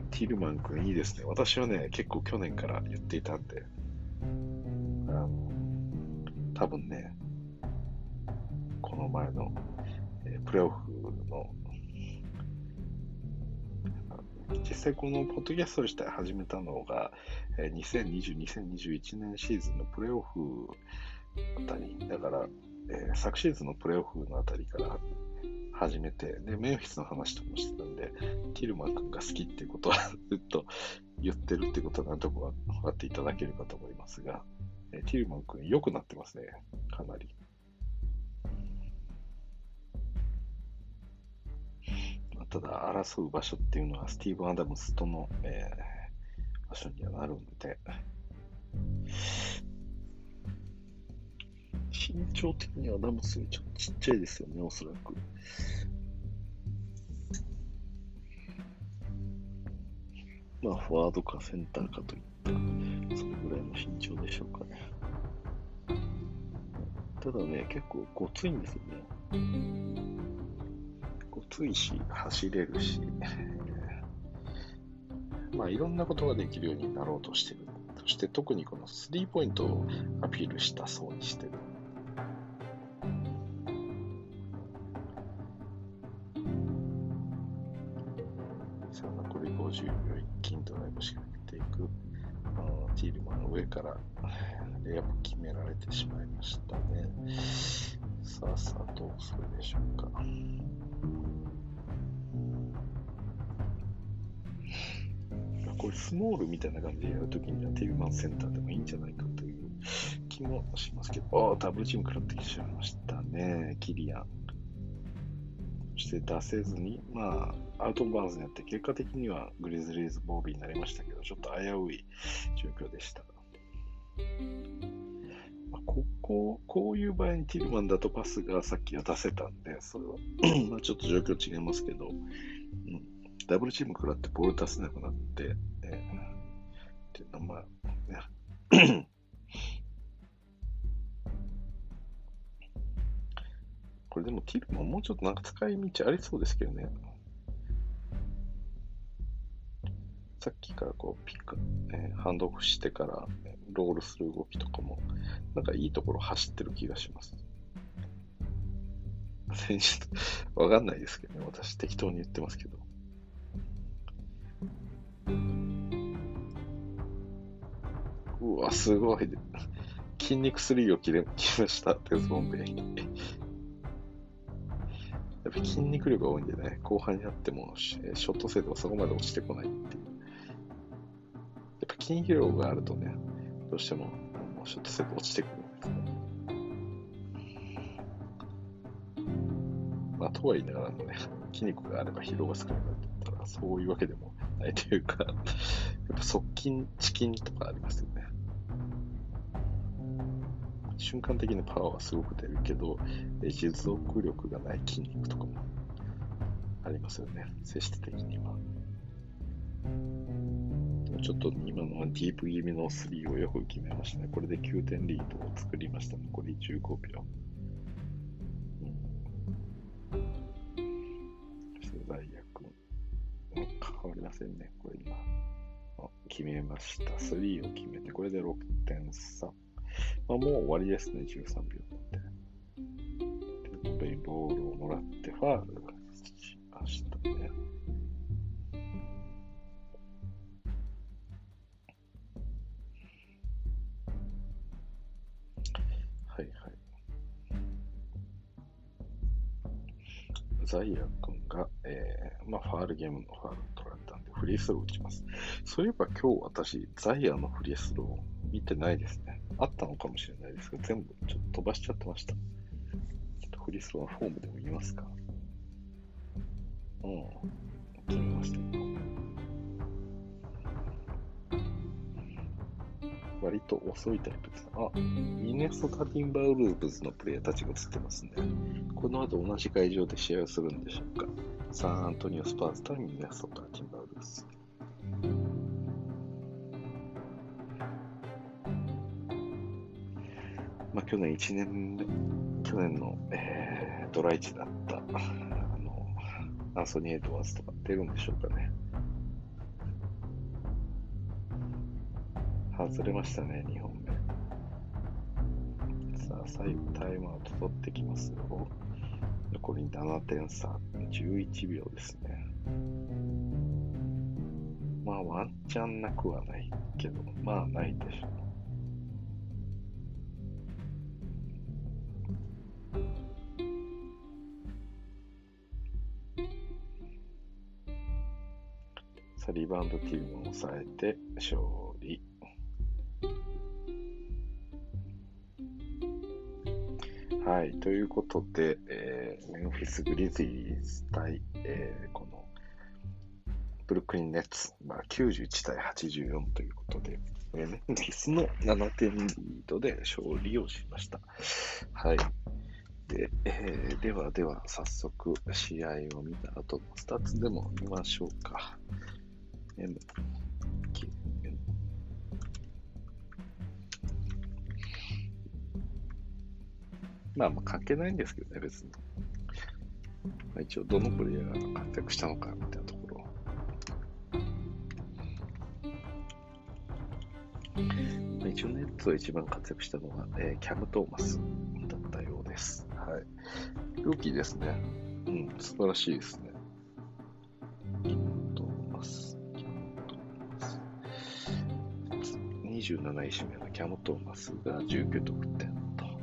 ティルマン君いいですね。私はね、結構去年から言っていたんで、あの多分ね、この前の、えー、プレーオフの実際このポッドキャスト自体始めたのが、えーにせんにじゅう、にせんにじゅういちねんシーズンのプレーオフあたり、だから、えー昨シーズンのプレーオフのあたりから始めて、で、メンフィスの話とかもしてたんで、ティルマン君が好きっていうことはずっと言ってるってことはなんとか分かっていただけるかと思いますが、えーティルマン君良くなってますね、かなり。まあただ、争う場所っていうのはスティーブン・アダムスとの、えー場所にはなるんで、身長的にはアダムスよりちょっとちっちゃいですよね、おそらく。まあ、フォワードかセンターかといった、そのぐらいの身長でしょうかね。ただね、結構ごついんですよね。ごついし、走れるし、まあ、いろんなことができるようになろうとしてる。そして特にこのスリーポイントをアピールしたそうにしてる。さあ、残りごじゅうびょう、一気にドライブ仕掛けていく。ティールマンの上からレイアップ決められてしまいましたね。さあさあ、どうするでしょうか。これスモールみたいな感じでやるときにはティルマンセンターでもいいんじゃないかという気もしますけど、ああ、ダブルチーム食らってきちゃいましたね、キリアン。そして出せずに、まあ、アウトバーンズになって、結果的にはグリズリーズボールになりましたけど、ちょっと危うい状況でした。まあ、ここ、こういう場合にティルマンだとパスがさっきは出せたんで、それはまあちょっと状況違いますけど、うん、ダブルチーム食らってボール出せなくなって、えー、っていうのはまあ、ね、これでもティルマンもうちょっとなんか使い道ありそうですけどね。さっきからこうピック、えー、ハンドオフしてからロールする動きとかもなんかいいところ走ってる気がします。選手わかんないですけどね、私適当に言ってますけど。うわ、すごい。筋肉スリーを切れ切りました、デズボンベイ。やっぱ筋肉量が多いんでね、後半になってもショット精度がそこまで落ちてこないっていう。やっぱ筋疲労があるとね、どうしてもショット精度落ちてくるんですね。まあ、とは言いながらもね、筋肉があれば疲労が少なくなると言ったら、そういうわけでもないというか、やっぱ側筋、チキンとかありますよね。瞬間的なパワーはすごく出るけど、持続力がない筋肉とかもありますよね、性質的には。ちょっと今のはディープ気味のスリーをよく決めましたね。これできゅうてんリードを作りました。残りじゅうごびょう。ザイヤ君。変わりませんね、これ今。決めました。スリーを決めて、これでろくてん差。まあ、もう終わりですね、じゅうさんびょうなんで。で、ボールをもらってファールしましたね。はいはい。ザイヤ君が、えーまあ、ファールゲームのファールを取られたんで、フリースロー打ちます。そういえば今日私、ザイヤのフリースロー見てないですね。あったのかもしれないですけど、全部ちょっと飛ばしちゃってました。ちょっとフリースローのフォームでも見ますか。うん。決めましたけど。割と遅いタイプです。あ、ミネソタ・ティンバーウルブズのプレイヤーたちが映ってますね。この後同じ会場で試合をするんでしょうか。サンアントニオ・スパーズ対ミネソタ・ティンバーウルブズ。まあ、去年いちねんめ、去年の、えー、ドラいちだったあのアンソニー・エドワーズとか出るんでしょうかね。外れましたね、にほんめ。さあ、最後タイムアウト取ってきますよ。残りななてん差、じゅういちびょうですね。 まあワンチャンなくはないけど、まあないでしょう。さあリバウンドティームを抑えて勝利。はい、ということで、えー、メンフィス・グリズリーズ対、えー、このブルックリン・ネッツ、まあ、きゅうじゅういちたいはちじゅうよんということで、えー、メンフィスのななてんリードで勝利をしました。はい。で、えー、ではでは早速試合を見た後のスタッツでも見ましょうか。M まあまあ関係ないんですけどね、別に。まあ、一応どのプレイヤーが活躍したのかみたいなところ。まあ、一応ネッツを一番活躍したのは、えー、キャム・トーマスだったようです。はい。ルーキーですね。うん、素晴らしいですね。キャム・トーマス。キャム・トーマス。にじゅうなない指名のキャム・トーマスがじゅうきゅう得点と。はい。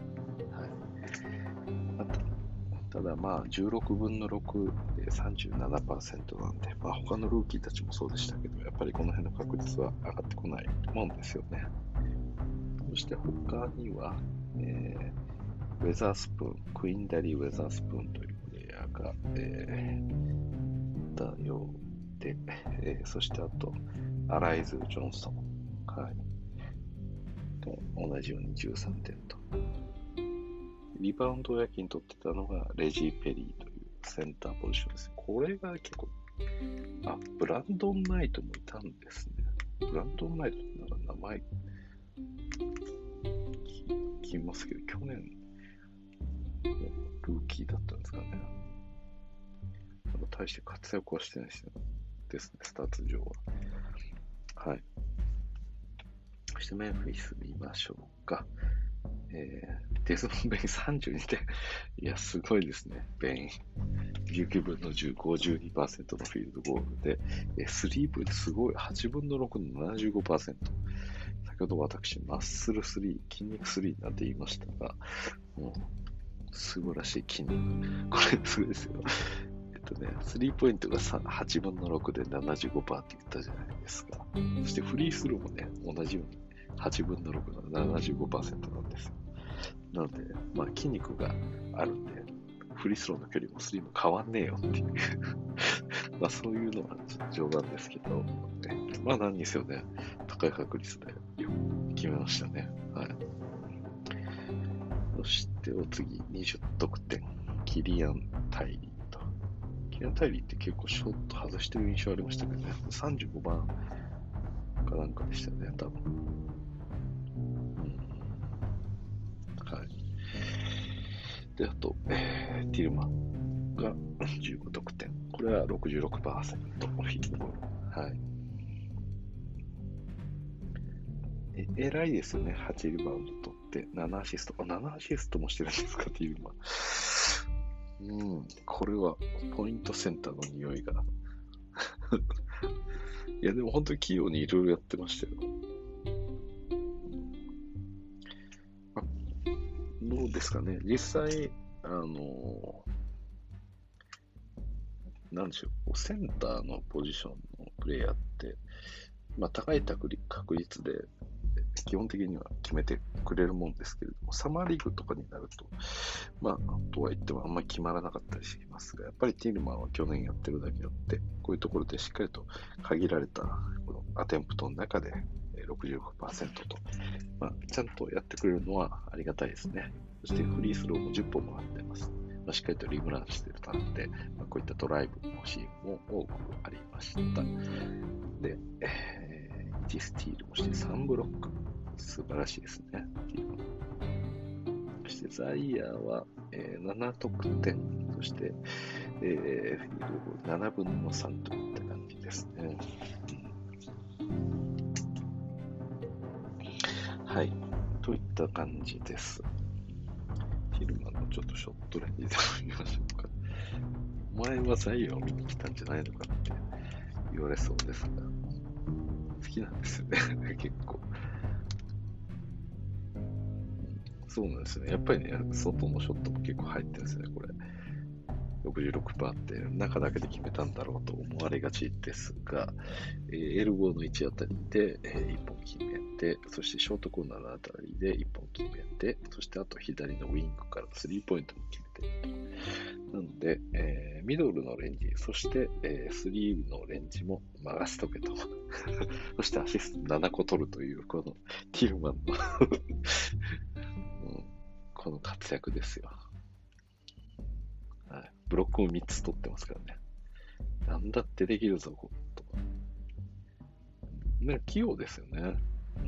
あとただまあじゅうろくぶんのろくで さんじゅうななパーセント なんで、まあ他のルーキーたちもそうでしたけど、やっぱりこの辺の確率は上がってこないもんですよね。そして他には、えー、ウェザースプーン、クイーンダリー・ウェザースプーンというプレイヤーが、えー、だようで、えー、そしてあと、アライズ・ジョンソン、はい、と同じようにじゅうさんてんと。リバウンドを焼きに取ってたのがレジー・ペリーというセンターポジションです。これが結構、あ、ブランドン・ナイトもいたんですね。ブランドン・ナイトってなんか名前聞きますけど、去年のルーキーだったんですかね。なんか大して活躍はしてないですね、スタッツ上は。はい。そしてメンフィス見ましょうか。えー、デスモン・ベインさんじゅうにてん。いや、すごいですね、ベイン。じゅうきゅうぶんのじゅう、ごじゅうにパーセント のフィールドゴールで、えスリー分すごい、はちぶんのろくの ななじゅうごパーセント。先ほど私、マッスルスリー、筋肉スリーなんて言いましたが、もう、素晴らしい筋肉。これ、それですよ。えっとね、スリーポイントがはちぶんのろくで ななじゅうごパーセント って言ったじゃないですか。そしてフリースローもね、同じようにはちぶんのろくの ななじゅうごパーセント なんですよ。なので、まあ、筋肉があるんで、フリースローの距離もスリーも変わんねえよっていうまあそういうのは冗談ですけど、ね、まあ何にせよね、高い確率でよく決めましたね。はい。そしてお次、にじゅう得点、キリアン・タイリーと。キリアン・タイリーって結構ショット外してる印象ありましたけどね、さんじゅうごばんかなんかでしたよね、多分。で、あと、えー、ティルマンがじゅうご得点。これは ろくじゅうろくパーセント フィールドゴール。はい。え、偉いですよね。はちリバウンド取って、ななアシスト。あ、ななアシストもしてるんですか、ティルマン。うん、これはポイントセンターの匂いが。いや、でも本当に器用にいろいろやってましたよ。どうですかね、実際、あの、なんでしょう、センターのポジションのプレイヤーって、まあ、高い確率で基本的には決めてくれるもんですけれども、サマーリーグとかになると、まあ、とは言ってもあんまり決まらなかったりしますが、やっぱりティルマンは去年やってるだけあって、こういうところでしっかりと限られたこのアテンプトの中で ろくじゅうろくパーセント と、まあ、ちゃんとやってくれるのはありがたいですね。そしてフリースローもじゅっぽんもらってます。まあ、しっかりとリムランしてるので、まあ、こういったドライブのシーンも多くありました。で、えー、いちスティールもしてさんブロック。素晴らしいですね。そしてザイヤーは、えー、なな得点、そして、えー、フィールドゴールななぶんのさんといった感じですね。うん、はい。といった感じです。ヒルマンのちょっとショットレンジでも見ましょうか。お前はザイヤーを見に来たんじゃないのかって言われそうですが。 好きなんですよね、結構。そうなんですよね。やっぱりね、外のショットも結構入ってるんですよね、これ。ろくじゅうろくパーセント って中だけで決めたんだろうと思われがちですが、えー、エルボーの位置あたりで、えー、いっぽん決めて、そしてショートコーナーのあたりでいっぽん決めて、そしてあと左のウィングからスリーポイントも決めていると。なので、えー、ミドルのレンジ、そして、えー、スリーのレンジも任せとけと。そしてアシストななこ取るという、このティルマンのうん、この活躍ですよ。はい、ブロックもみっつ取ってますからね。なんだってできるぞ、とか。ね、器用ですよね。うん。そう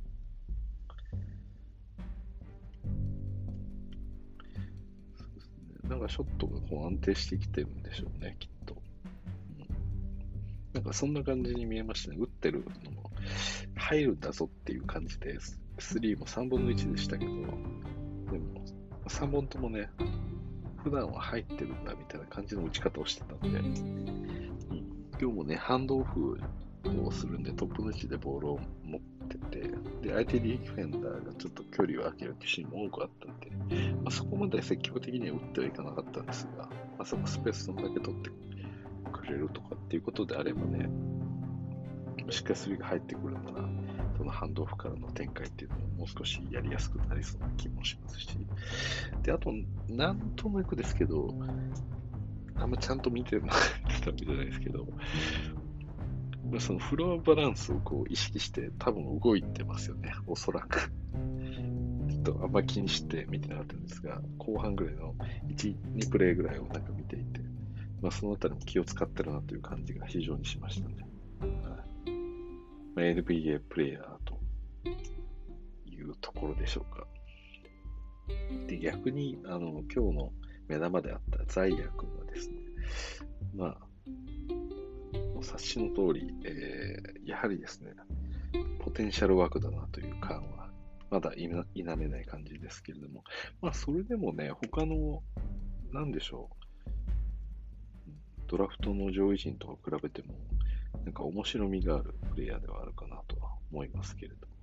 ですね。なんかショットがこう安定してきてるんでしょうね、きっと。うん、なんかそんな感じに見えましたね。打ってるのも入るんだぞっていう感じで、スリーもさんぶんのいちでしたけど、でもさんぼんともね、普段は入ってるんだみたいな感じの打ち方をしてたんで、うん、今日もね、ハンドオフをするんで、トップの位置でボールを持ってて、で、相手ディフェンダーがちょっと距離を空けるっていうシーンも多くあったんで、まあ、そこまで積極的には打ってはいかなかったんですが、まあ、そこスペースそんだけ取ってくれるとかっていうことであればね、しっかりスリーが入ってくるなら、そのハンドオフからの展開っていうのももう少しやりやすくなりそうな気もしますし、で、あと、なんとなくですけど、あんまちゃんと見てたわけじゃないですけど、そのフロアバランスをこう意識して多分動いてますよね、おそらく。ちょっとあんま気にして見てなかったんですが、後半ぐらいのいち、にプレイぐらいをなんか見ていて、まあ、そのあたりも気を使ってるなという感じが非常にしましたね。はい、まあ、エヌビーエー プレイヤーというところでしょうか。で、逆にあの今日の目玉であったザイヤ君はですね、まあ、お察しの通り、えー、やはりですね、ポテンシャル枠だなという感は、まだ否めない感じですけれども、まあ、それでもね、他の、なんでしょう、ドラフトの上位陣と比べても、なんか面白みがあるプレイヤーではあるかなとは思いますけれども。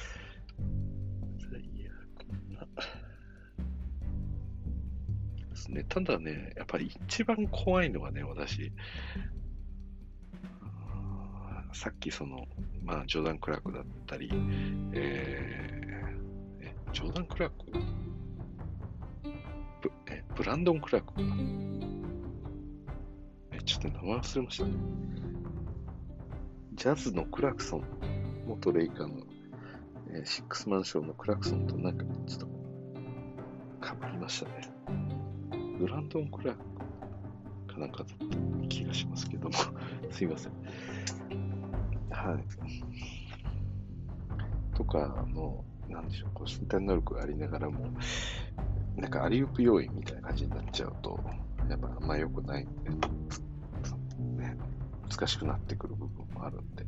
最悪なですね。ただね、やっぱり一番怖いのはね、私、さっきその、まあ、ジョーダン・クラークだったり、えー、えジョーダン・クラークブえブランドン・クラークかなえちょっと名前忘れましたね。ジャズのクラクソン、元レイカーの、えーシックスマンショーのクラクソンとなんかちょっとかぶりましたね。ブランドン・クラークかなんかだった気がしますけども、すいません。はい。とかの、なんでしょう、こう身体能力がありながらも、なんかアリウープ要因みたいな感じになっちゃうと、やっぱあんま良くないんで、ね、難しくなってくる部分もあるんで、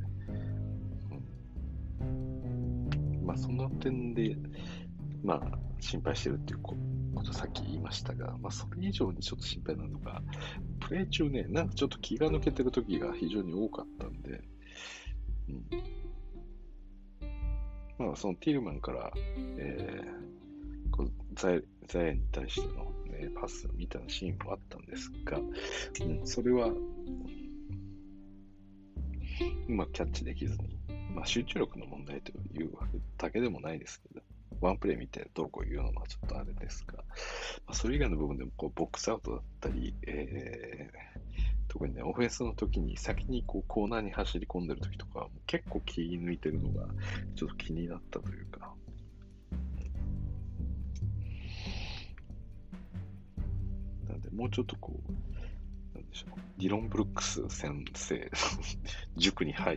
うん、まあその点で、まあ心配してるっていうことさっき言いましたが、まあそれ以上にちょっと心配なのが、プレイ中ね、なんかちょっと気が抜けてる時が非常に多かったんで、うん、まあそのティルマンから、えー、こうザエザエに対しての、えーパスみたいなシーンもあったんですが、うん、それはうまくキャッチできずに、まあ、集中力の問題というわけだけでもないですけど、ワンプレイ見てどうこう言うのはちょっとあれですが、まあ、それ以外の部分でもこうボックスアウトだったり、えー、特にね、オフェンスの時に先にこうコーナーに走り込んでる時とかは結構気抜いてるのがちょっと気になったというか、なんでもうちょっとこう、なんでしょう、ディロン・ブルックス先生塾に入って、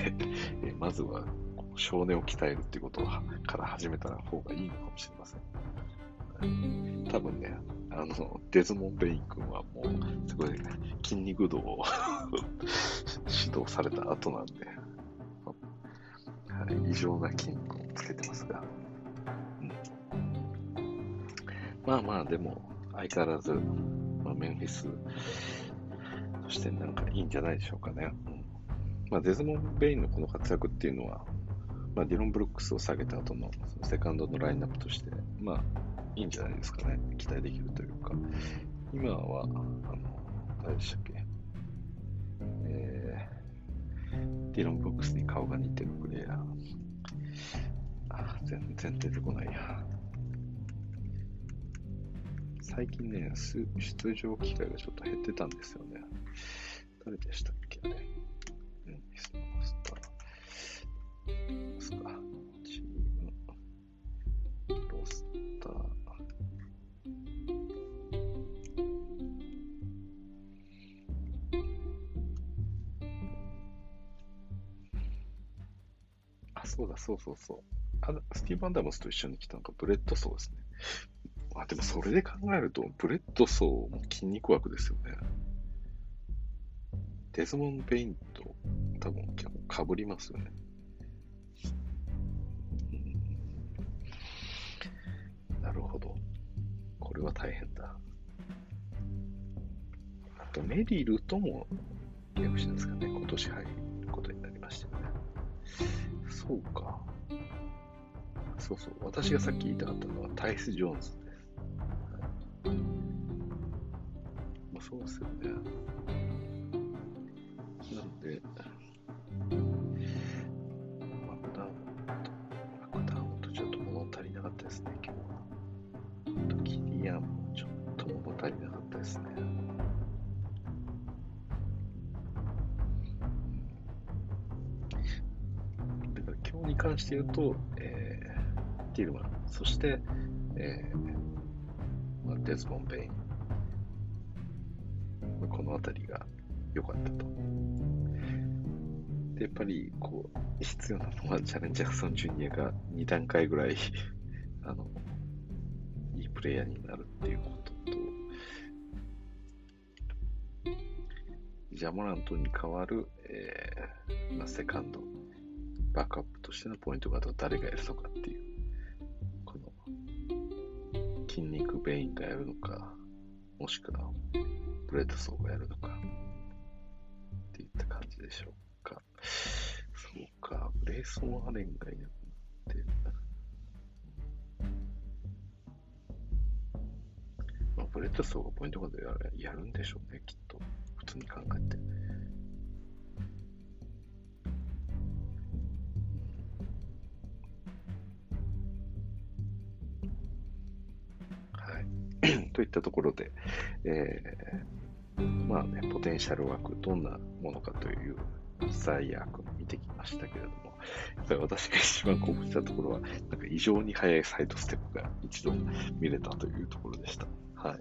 えまずはこう少年を鍛えるっていうことから始めた方がいいのかもしれません。多分ね、あのデズモン・ベイン君はもうすごい、ね、筋肉道を指導された後なんで、はい、異常な筋肉をつけてますが、うん、まあまあでも相変わらず、まあ、メンフィスとしてなんかいいんじゃないでしょうかね。うん、 まあ、デズモン・ベインのこの活躍っていうのは、まあ、ディロン・ブルックスを下げた後のそのセカンドのラインナップとして、まあ、いいんじゃないですかね。期待できるというか、今は、あの、誰でしたっけ、えー、ディロン・ブルックスに顔が似てるプレイヤー。あ、全然出てこないや。最近ね、出場機会がちょっと減ってたんですよね。誰でしたっけね。うん、スター。ですか。チーム、ロスター。あ、そうだ、そうそうそう。あスティーブ・アンダムスと一緒に来たのがブレッドソーですね。あ、でもそれで考えると、ブレッドソーも筋肉枠ですよね。デズモン・ベインと多分結構被りますよね。うん、なるほど。これは大変だ。あと、メリルとも契約したんですかね。今年入ることになりましたよね。そうか。そうそう。私がさっき言いたかったのはタイス・ジョーンズです。まあ、そうですよね。なんで、マクダーモント、マクダーモントちょっと物足りなかったですね、今日は。とキリアンもちょっと物足りなかったですね。だから今日に関して言うと、えー、ティルマン、そして、えーまあ、デズモン・ベイン、この辺りが良かったと。で、やっぱりこう必要なのはジャレン・ジャクソン・ジュニアがに段階ぐらいあのいいプレイヤーになるっていうことと、ジャモラントに代わる、えーまあ、セカンド、バックアップとしてのポイントガードは誰がやるのかっていう、この筋肉ベインがやるのか、もしくはブレッドソーがやるのかっていった感じでしょうか。そうか、ブレイソン・アレンがいなくなってる。まあ、ブレッドソーがポイントガードやるやるんでしょうね、きっと。普通に考えて。はい。といったところで、えー、まあね、ポテンシャル枠、どんなものかというザイヤー君を見てきましたけれども、やっぱり私が一番興奮したところは、なんか異常に速いサイドステップが一度見れたというところでした。はい。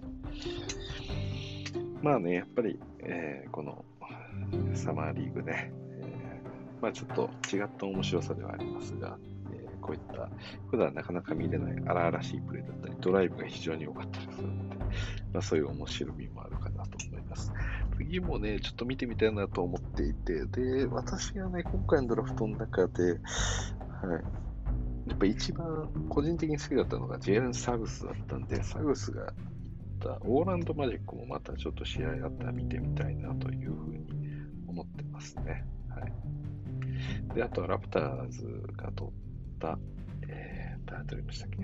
まあね、やっぱり、えー、このサマーリーグね、えー、まあちょっと違った面白さではありますが、えー、こういった普段なかなか見れない荒々しいプレーだったり、ドライブが非常に多かったりするので、まあ、そういう面白みもあるかなと思います。次もね、ちょっと見てみたいなと思っていて、で、私がね、今回のドラフトの中で、はい、やっぱ一番個人的に好きだったのがジェーレン・サグスだったんで、サグスが行ったオーランドマジックもまたちょっと試合あったら見てみたいなというふうに思ってますね。はい。で、あとはラプターズが取った、えー、誰取りましたっけ、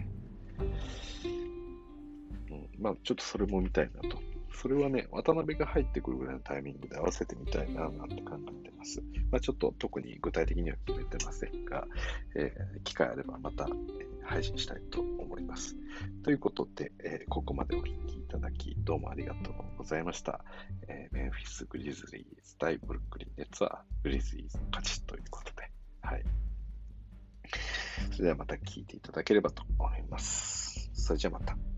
うん、まあちょっとそれも見たいなと。それはね、渡辺が入ってくるぐらいのタイミングで合わせてみたいななんて考えてます。まあ、ちょっと特に具体的には決めてませんが、えー、機会あればまた、えー、配信したいと思います。ということで、えー、ここまでお聞きいただきどうもありがとうございました。えー、メンフィス・グリズリーズ対ブルックリン・ネッツはグリズリーズの勝ちということで、はい。それではまた聞いていただければと思います。それじゃあまた。